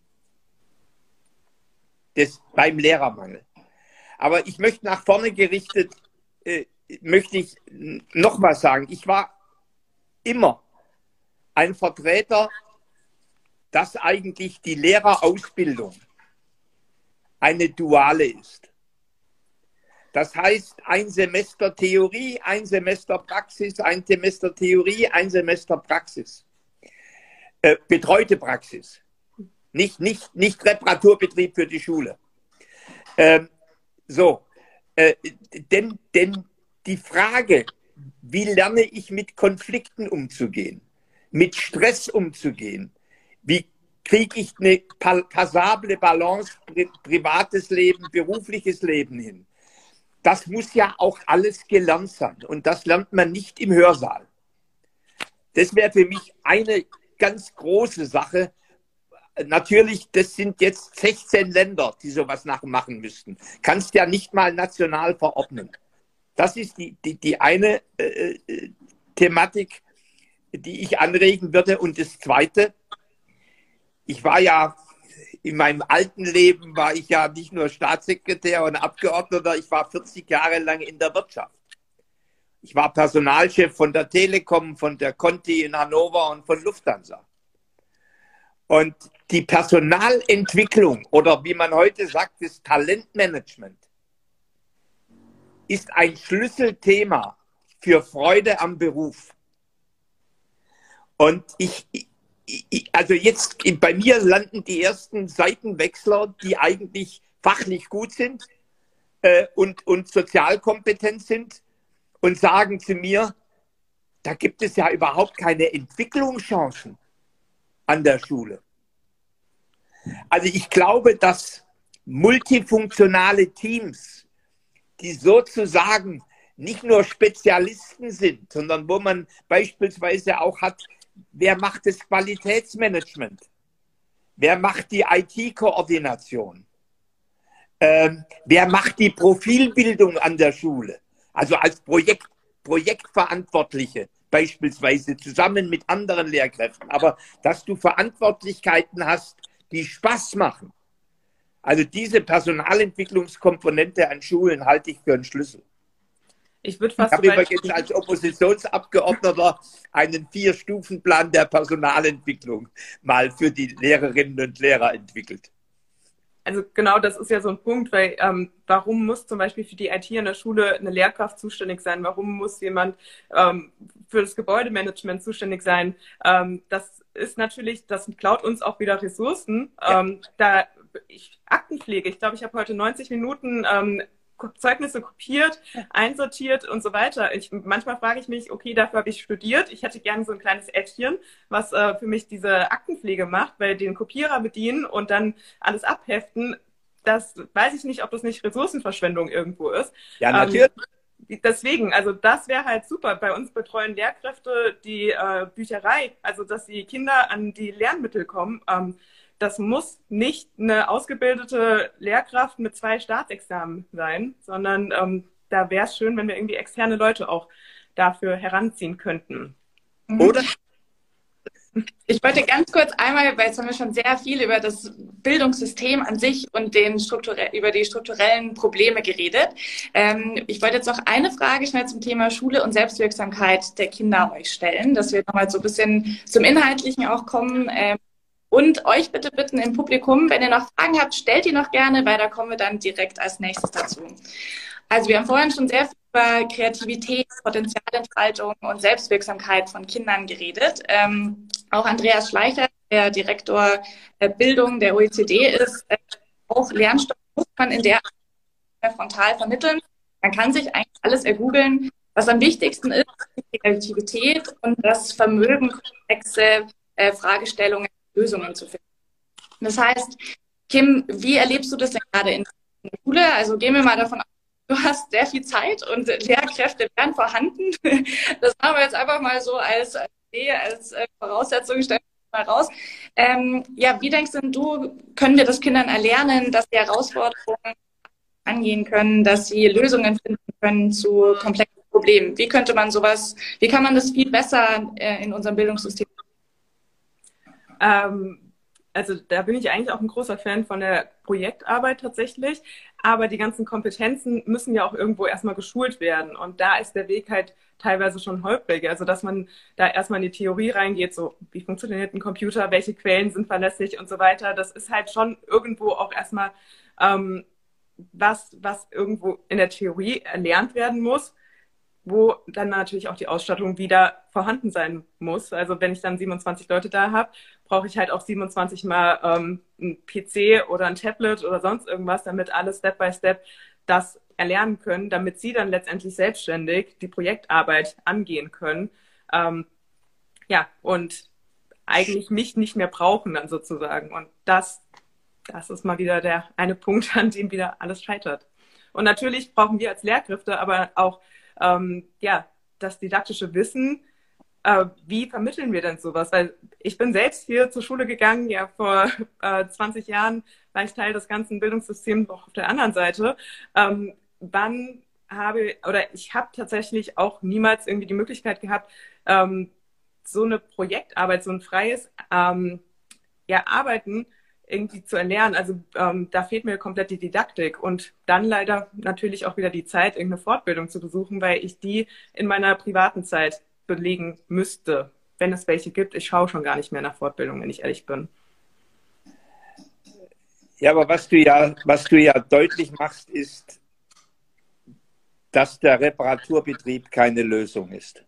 des, beim Lehrermangel. Aber ich möchte nach vorne gerichtet, äh, möchte ich noch mal sagen, ich war immer ein Vertreter, dass eigentlich die Lehrerausbildung eine duale ist. Das heißt, ein Semester Theorie, ein Semester Praxis, ein Semester Theorie, ein Semester Praxis. Äh, betreute Praxis. Nicht, nicht, nicht Reparaturbetrieb für die Schule. Ähm, so, äh, denn, denn die Frage, wie lerne ich mit Konflikten umzugehen, mit Stress umzugehen, wie kriege ich eine passable Balance, pri privates Leben, berufliches Leben hin, das muss ja auch alles gelernt sein. Und das lernt man nicht im Hörsaal. Das wäre für mich eine ganz große Sache. Natürlich, das sind jetzt sechzehn Länder, die sowas nachmachen müssten. Kannst ja nicht mal national verordnen. Das ist die, die, die eine äh, Thematik, die ich anregen würde. Und das Zweite, ich war ja in meinem alten Leben war ich ja nicht nur Staatssekretär und Abgeordneter, ich war vierzig Jahre lang in der Wirtschaft. Ich war Personalchef von der Telekom, von der Conti in Hannover und von Lufthansa. Und die Personalentwicklung oder wie man heute sagt, das Talentmanagement ist ein Schlüsselthema für Freude am Beruf. Und ich, ich, also jetzt bei mir landen die ersten Seitenwechsler, die eigentlich fachlich gut sind äh, und, und sozial kompetent sind und sagen zu mir, da gibt es ja überhaupt keine Entwicklungschancen an der Schule. Also ich glaube, dass multifunktionale Teams, die sozusagen nicht nur Spezialisten sind, sondern wo man beispielsweise auch hat, wer macht das Qualitätsmanagement? Wer macht die I T-Koordination? Ähm, wer macht die Profilbildung an der Schule? Also als Projekt, Projektverantwortliche beispielsweise zusammen mit anderen Lehrkräften. Aber dass du Verantwortlichkeiten hast, die Spaß machen. Also diese Personalentwicklungskomponente an Schulen halte ich für einen Schlüssel. Ich würde fast Ich habe übrigens als Oppositionsabgeordneter einen Vier-Stufen-Plan der Personalentwicklung mal für die Lehrerinnen und Lehrer entwickelt. Also genau, das ist ja so ein Punkt, weil ähm, warum muss zum Beispiel für die I T in der Schule eine Lehrkraft zuständig sein? Warum muss jemand ähm, für das Gebäudemanagement zuständig sein? Ähm, das ist natürlich, das klaut uns auch wieder Ressourcen. Ja. Ähm, da ich Aktenpflege, ich glaube, ich habe heute neunzig Minuten ähm, Zeugnisse kopiert, einsortiert und so weiter. Ich, manchmal frage ich mich, okay, dafür habe ich studiert. Ich hätte gerne so ein kleines Äffchen, was äh, für mich diese Aktenpflege macht, weil den Kopierer bedienen und dann alles abheften, das weiß ich nicht, ob das nicht Ressourcenverschwendung irgendwo ist. Ja, natürlich. Ähm, deswegen, also das wäre halt super. Bei uns betreuen Lehrkräfte die äh, Bücherei, also dass die Kinder an die Lernmittel kommen. Ähm, Das muss nicht eine ausgebildete Lehrkraft mit zwei Staatsexamen sein, sondern ähm, da wäre es schön, wenn wir irgendwie externe Leute auch dafür heranziehen könnten. Oder? Ich wollte ganz kurz einmal, weil jetzt haben wir schon sehr viel über das Bildungssystem an sich und den strukturell, über die strukturellen Probleme geredet. Ähm, ich wollte jetzt noch eine Frage schnell zum Thema Schule und Selbstwirksamkeit der Kinder euch stellen, dass wir nochmal so ein bisschen zum Inhaltlichen auch kommen. Ähm, Und euch bitte bitten im Publikum, wenn ihr noch Fragen habt, stellt die noch gerne, weil da kommen wir dann direkt als nächstes dazu. Also wir haben vorhin schon sehr viel über Kreativität, Potenzialentfaltung und Selbstwirksamkeit von Kindern geredet. Ähm, auch Andreas Schleicher, der Direktor äh, Bildung der O E C D ist, äh, auch Lernstoff muss man in der Art frontal vermitteln. Man kann sich eigentlich alles ergoogeln. Was am wichtigsten ist, ist die Kreativität und das Vermögen, komplexe äh, Fragestellungen Lösungen zu finden. Das heißt, Kim, wie erlebst du das denn gerade in der Schule? Also gehen wir mal davon aus, du hast sehr viel Zeit und Lehrkräfte wären vorhanden. Das machen wir jetzt einfach mal so als, als Voraussetzung, stellen wir mal raus. Ähm, ja, wie denkst denn du, können wir das Kindern erlernen, dass sie Herausforderungen angehen können, dass sie Lösungen finden können zu komplexen Problemen? Wie könnte man sowas, wie kann man das viel besser äh, in unserem Bildungssystem? Ähm, also da bin ich eigentlich auch ein großer Fan von der Projektarbeit tatsächlich. Aber die ganzen Kompetenzen müssen ja auch irgendwo erstmal geschult werden. Und da ist der Weg halt teilweise schon holprig. Also dass man da erstmal in die Theorie reingeht, so wie funktioniert ein Computer, welche Quellen sind verlässlich und so weiter. Das ist halt schon irgendwo auch erstmal ähm, was, was irgendwo in der Theorie erlernt werden muss, wo dann natürlich auch die Ausstattung wieder vorhanden sein muss. Also wenn ich dann siebenundzwanzig Leute da habe, brauche ich halt auch siebenundzwanzig Mal ähm, ein P C oder ein Tablet oder sonst irgendwas, damit alle Step by Step das erlernen können, damit sie dann letztendlich selbstständig die Projektarbeit angehen können. Ähm, ja, und eigentlich mich nicht mehr brauchen dann sozusagen. Und das, das ist mal wieder der eine Punkt, an dem wieder alles scheitert. Und natürlich brauchen wir als Lehrkräfte aber auch Ähm, ja, das didaktische Wissen, äh, wie vermitteln wir denn sowas? Weil ich bin selbst hier zur Schule gegangen, ja, vor äh, zwanzig Jahren war ich Teil des ganzen Bildungssystems auch auf der anderen Seite. Ähm, wann habe, oder ich habe tatsächlich auch niemals irgendwie die Möglichkeit gehabt, ähm, so eine Projektarbeit, so ein freies ähm, ja, Arbeiten irgendwie zu erlernen. Also ähm, da fehlt mir komplett die Didaktik und dann leider natürlich auch wieder die Zeit, irgendeine Fortbildung zu besuchen, weil ich die in meiner privaten Zeit belegen müsste, wenn es welche gibt. Ich schaue schon gar nicht mehr nach Fortbildung, wenn ich ehrlich bin. Ja, aber was du ja, was du ja deutlich machst, ist, dass der Reparaturbetrieb keine Lösung ist.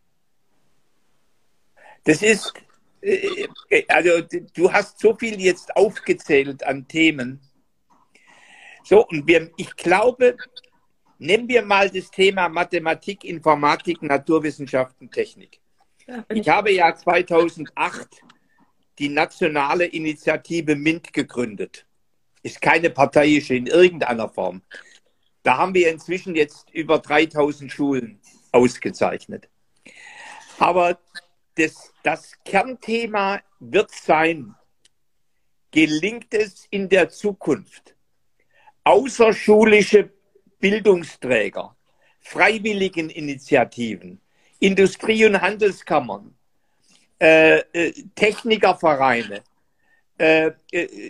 Das ist, also du hast so viel jetzt aufgezählt an Themen. So, und wir, ich glaube, nehmen wir mal das Thema Mathematik, Informatik, Naturwissenschaften, Technik. Ja, ich, ich habe ja zweitausendacht die nationale Initiative MINT gegründet. Ist keine parteiische in irgendeiner Form. Da haben wir inzwischen jetzt über dreitausend Schulen ausgezeichnet. Aber das, das Kernthema wird sein, gelingt es in der Zukunft, außerschulische Bildungsträger, Freiwilligeninitiativen, Industrie- und Handelskammern, äh, äh, Technikervereine, äh, äh,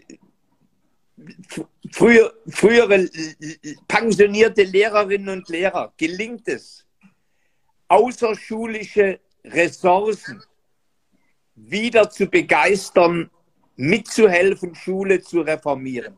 früher, frühere pensionierte Lehrerinnen und Lehrer, gelingt es, außerschulische Ressourcen wieder zu begeistern, mitzuhelfen, Schule zu reformieren.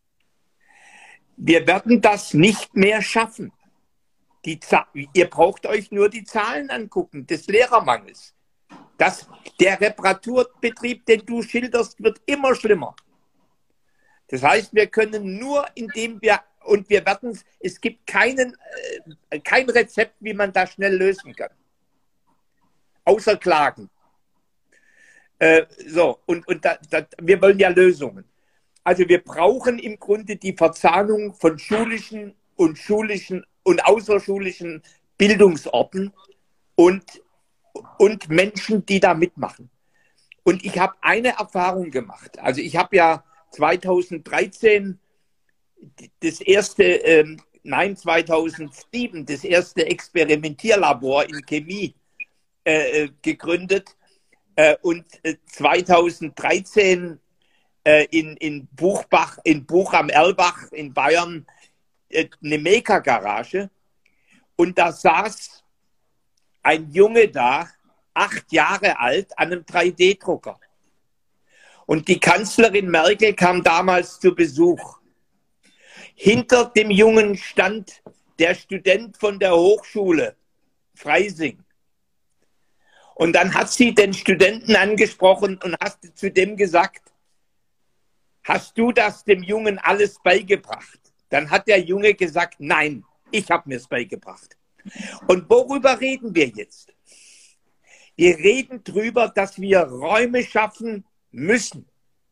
Wir werden das nicht mehr schaffen. Die, ihr braucht euch nur die Zahlen angucken, des Lehrermangels. Das, der Reparaturbetrieb, den du schilderst, wird immer schlimmer. Das heißt, wir können nur, indem wir, und wir werden, es gibt keinen, äh, kein Rezept, wie man das schnell lösen kann. Außer Klagen. Äh, so, und, und da, da, wir wollen ja Lösungen. Also wir brauchen im Grunde die Verzahnung von schulischen und schulischen und außerschulischen Bildungsorten und, und Menschen, die da mitmachen. Und ich habe eine Erfahrung gemacht. Also ich habe ja zweitausenddreizehn das erste, ähm, nein, zweitausendsieben das erste Experimentierlabor in Chemie äh, gegründet äh, und äh, zweitausenddreizehn äh, in, in Buchbach, in Buch am Erlbach in Bayern äh, eine Maker-Garage und da saß ein Junge da, acht Jahre alt, an einem drei D Drucker. Und die Kanzlerin Merkel kam damals zu Besuch. Hinter dem Jungen stand der Student von der Hochschule Freising. Und dann hat sie den Studenten angesprochen und hat zu dem gesagt, hast du das dem Jungen alles beigebracht? Dann hat der Junge gesagt, nein, ich habe mir es beigebracht. Und worüber reden wir jetzt? Wir reden darüber, dass wir Räume schaffen müssen,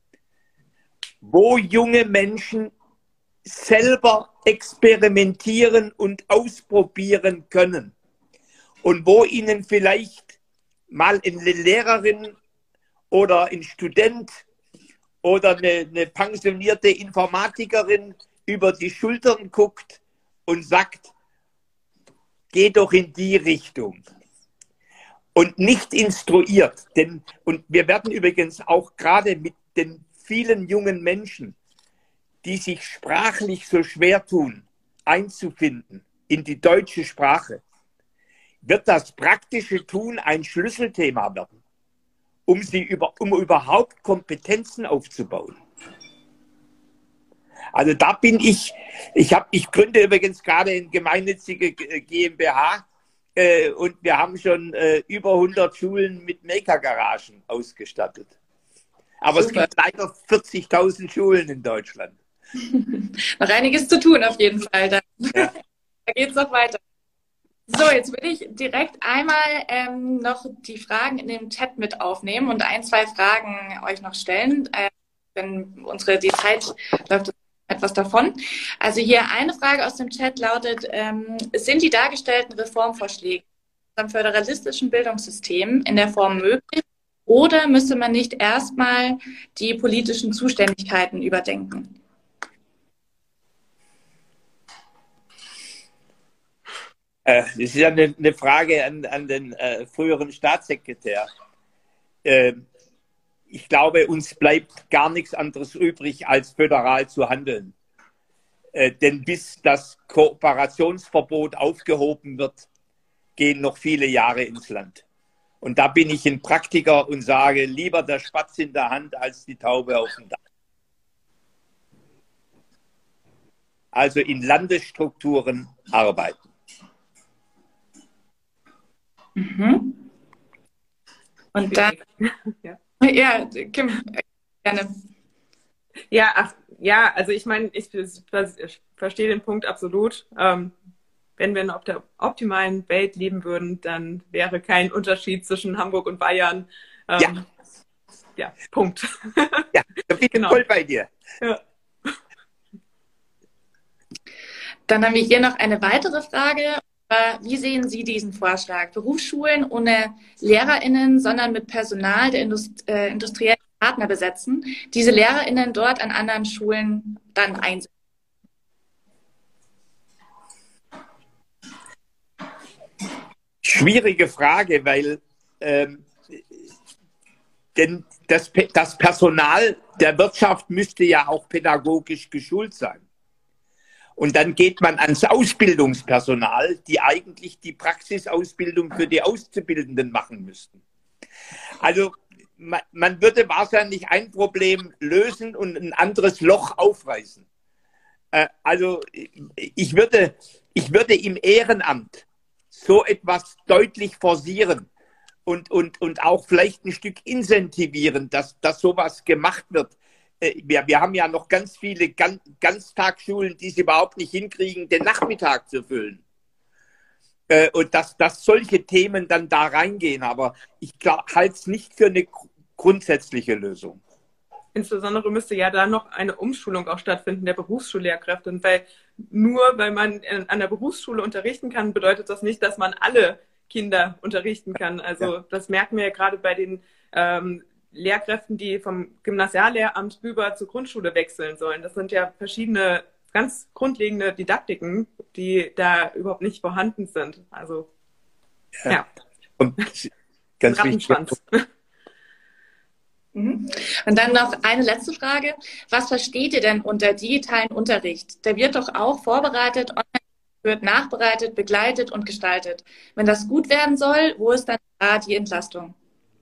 wo junge Menschen selber experimentieren und ausprobieren können und wo ihnen vielleicht mal eine Lehrerin oder ein Student oder eine, eine pensionierte Informatikerin über die Schultern guckt und sagt, geh doch in die Richtung. Und nicht instruiert. Denn, und wir werden übrigens auch gerade mit den vielen jungen Menschen, die sich sprachlich so schwer tun, einzufinden in die deutsche Sprache, wird das praktische Tun ein Schlüsselthema werden, um, sie über, um überhaupt Kompetenzen aufzubauen. Also da bin ich, ich, hab, ich gründe übrigens gerade eine gemeinnützige GmbH, Äh, und wir haben schon äh, über hundert Schulen mit Maker-Garagen ausgestattet. Aber Super. Es gibt leider vierzigtausend Schulen in Deutschland. Noch einiges zu tun auf jeden Fall. Da, ja. Da geht es noch weiter. So, jetzt will ich direkt einmal ähm, noch die Fragen in dem Chat mit aufnehmen und ein, zwei Fragen euch noch stellen. Äh, wenn unsere die Zeit läuft etwas davon. Also hier eine Frage aus dem Chat lautet, ähm, sind die dargestellten Reformvorschläge am föderalistischen Bildungssystem in der Form möglich oder müsste man nicht erstmal die politischen Zuständigkeiten überdenken? Äh, das ist ja eine, eine Frage an, an den äh, früheren Staatssekretär. Äh, Ich glaube, uns bleibt gar nichts anderes übrig, als föderal zu handeln. Äh, denn bis das Kooperationsverbot aufgehoben wird, gehen noch viele Jahre ins Land. Und da bin ich ein Praktiker und sage, lieber der Spatz in der Hand als die Taube auf dem Dach. also in Landesstrukturen, arbeiten. Mhm. Und dann, ja, ja Kim, gerne. Ja, ach, ja, also ich meine, ich, ich verstehe den Punkt absolut. Ähm, wenn wir in der optimalen Welt leben würden, dann wäre kein Unterschied zwischen Hamburg und Bayern. Ähm, ja. ja, Punkt. Ja, da bin ich genau. voll bei dir. Ja. Dann haben wir hier noch eine weitere Frage. Wie sehen Sie diesen Vorschlag? Berufsschulen ohne LehrerInnen, sondern mit Personal der Indust äh, industriellen Partner besetzen, diese LehrerInnen dort an anderen Schulen dann einsetzen? Schwierige Frage, weil ähm, denn das, das Personal der Wirtschaft müsste ja auch pädagogisch geschult sein. Und dann geht man ans Ausbildungspersonal, die eigentlich die Praxisausbildung für die Auszubildenden machen müssten. Also man, man würde wahrscheinlich ein Problem lösen und ein anderes Loch aufreißen. Äh, also ich würde, ich würde im Ehrenamt so etwas deutlich forcieren und, und, und auch vielleicht ein Stück incentivieren, dass, dass sowas gemacht wird. Wir, wir haben ja noch ganz viele Gan Ganztagsschulen, die es überhaupt nicht hinkriegen, den Nachmittag zu füllen. Äh, und dass, dass solche Themen dann da reingehen. Aber ich halte es nicht für eine grundsätzliche Lösung. Insbesondere müsste ja da noch eine Umschulung auch stattfinden der Berufsschullehrkräfte. Und weil nur weil man an der Berufsschule unterrichten kann, bedeutet das nicht, dass man alle Kinder unterrichten kann. Also ja. Das merken wir ja gerade bei den ähm, Lehrkräften, die vom Gymnasiallehramt rüber zur Grundschule wechseln sollen. Das sind ja verschiedene ganz grundlegende Didaktiken, die da überhaupt nicht vorhanden sind. Also, ja. ja. Und ganz Rattenschwanz. wichtig. Und dann noch eine letzte Frage. Was versteht ihr denn unter digitalen Unterricht? Der wird doch auch vorbereitet, online wird nachbereitet, begleitet und gestaltet. Wenn das gut werden soll, wo ist dann da die Entlastung?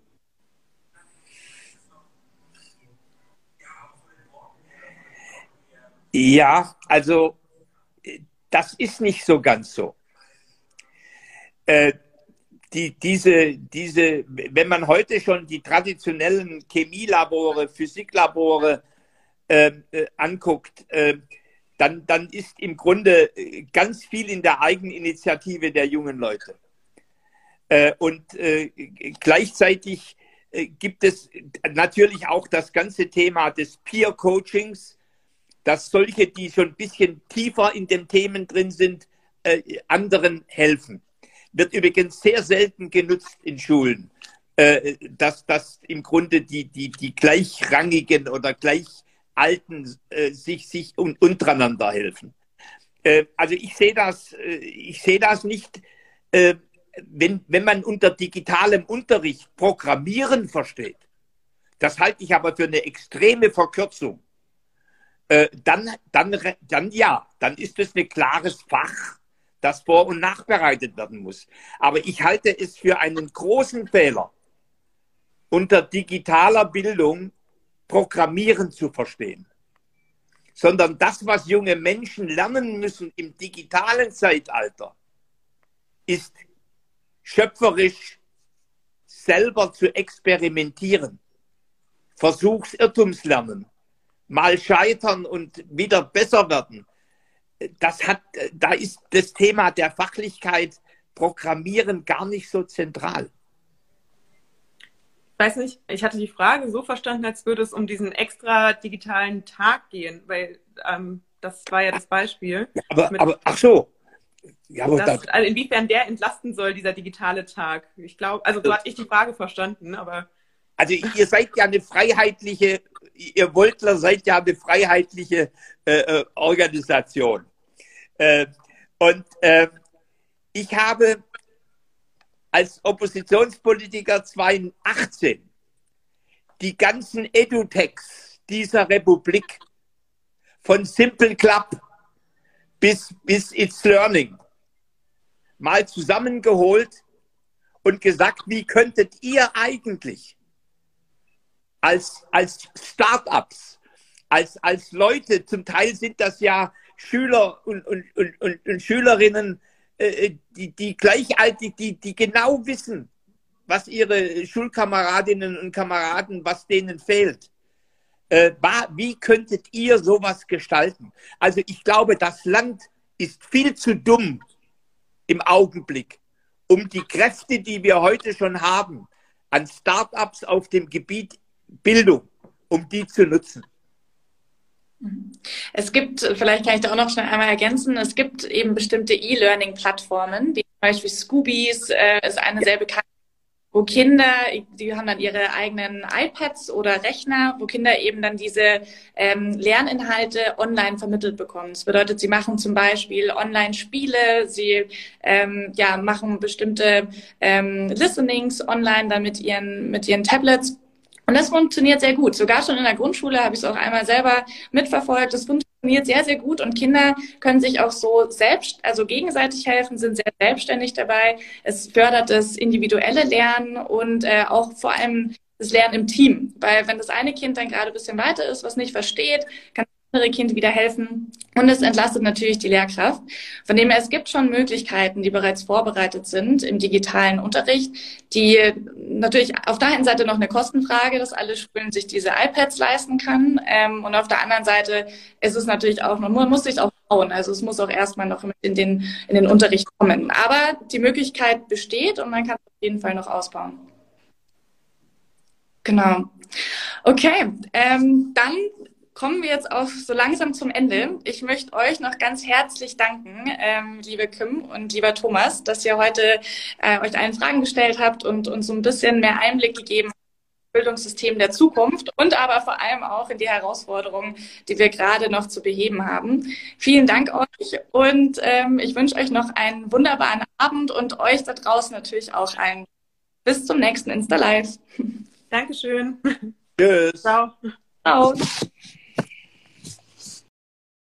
Ja, also das ist nicht so ganz so. Äh, die, diese, diese, wenn man heute schon die traditionellen Chemielabore, Physiklabore äh, äh, anguckt, äh, dann, dann ist im Grunde ganz viel in der Eigeninitiative der jungen Leute. Äh, und äh, gleichzeitig äh, gibt es natürlich auch das ganze Thema des Peer-Coachings, dass solche, die schon ein bisschen tiefer in den Themen drin sind, äh, anderen helfen. Wird übrigens sehr selten genutzt in Schulen, äh, dass, dass im Grunde die, die, die Gleichrangigen oder Gleichalten äh, sich, sich un untereinander helfen. Äh, also ich sehe das, äh, ich sehe das nicht, äh, wenn, wenn man unter digitalem Unterricht Programmieren versteht. Das halte ich aber für eine extreme Verkürzung. Dann, dann, dann ja, dann ist es ein klares Fach, das vor- und nachbereitet werden muss. Aber ich halte es für einen großen Fehler, unter digitaler Bildung Programmieren zu verstehen. Sondern das, was junge Menschen lernen müssen im digitalen Zeitalter, ist schöpferisch selber zu experimentieren. Versuchs-Irrtumslernen. Mal scheitern und wieder besser werden. Das hat, da ist das Thema der Fachlichkeit Programmieren gar nicht so zentral. Ich weiß nicht, ich hatte die Frage so verstanden, als würde es um diesen extra digitalen Tag gehen, weil ähm, das war ja das Beispiel. Ja, aber, aber, ach so. Ja, aber das, also inwiefern der entlasten soll, dieser digitale Tag. Ich glaube, also so hatte ich die Frage verstanden, aber... Also ihr seid ja eine freiheitliche, ihr Woltler seid ja eine freiheitliche äh, Organisation. Äh, und äh, ich habe als Oppositionspolitiker zweitausendachtzehn die ganzen Edutechs dieser Republik von Simple Club bis, bis It's Learning mal zusammengeholt und gesagt, wie könntet ihr eigentlich als, als Start-ups, als, als Leute, zum Teil sind das ja Schüler und, und, und, und, und Schülerinnen, äh, die, die gleichaltrig, die, die genau wissen, was ihre Schulkameradinnen und Kameraden, was denen fehlt. Äh, wie könntet ihr sowas gestalten? Also ich glaube, das Land ist viel zu dumm im Augenblick, um die Kräfte, die wir heute schon haben, an Start-ups auf dem Gebiet Bildung, um die zu nutzen. Es gibt, vielleicht kann ich da auch noch schnell einmal ergänzen, es gibt eben bestimmte E-Learning-Plattformen, wie zum Beispiel Scoobies, äh, ist eine sehr bekannte, wo Kinder, die haben dann ihre eigenen iPads oder Rechner, wo Kinder eben dann diese ähm, Lerninhalte online vermittelt bekommen. Das bedeutet, sie machen zum Beispiel Online-Spiele, sie ähm, ja, machen bestimmte ähm, Listenings online dann mit ihren, mit ihren Tablets. Und das funktioniert sehr gut. Sogar schon in der Grundschule habe ich es auch einmal selber mitverfolgt. Das funktioniert sehr, sehr gut und Kinder können sich auch so selbst, also gegenseitig helfen, sind sehr selbstständig dabei. Es fördert das individuelle Lernen und äh, auch vor allem das Lernen im Team. Weil wenn das eine Kind dann gerade ein bisschen weiter ist, was nicht versteht, kann das andere Kind wieder helfen. Und es entlastet natürlich die Lehrkraft. Von dem her, es gibt schon Möglichkeiten, die bereits vorbereitet sind im digitalen Unterricht, die natürlich auf der einen Seite noch eine Kostenfrage, dass alle Schulen sich diese iPads leisten können. Ähm, und auf der anderen Seite ist es natürlich auch, man muss sich auch bauen. Also es muss auch erstmal noch in den, in den Unterricht kommen. Aber die Möglichkeit besteht und man kann es auf jeden Fall noch ausbauen. Genau. Okay, ähm, dann kommen wir jetzt auch so langsam zum Ende. Ich möchte euch noch ganz herzlich danken, ähm, liebe Kim und lieber Thomas, dass ihr heute äh, euch allen Fragen gestellt habt und uns so ein bisschen mehr Einblick gegeben habt in das Bildungssystem der Zukunft und aber vor allem auch in die Herausforderungen, die wir gerade noch zu beheben haben. Vielen Dank euch und ähm, ich wünsche euch noch einen wunderbaren Abend und euch da draußen natürlich auch ein bis zum nächsten Insta Live. Dankeschön. Tschüss. Ciao. Ciao.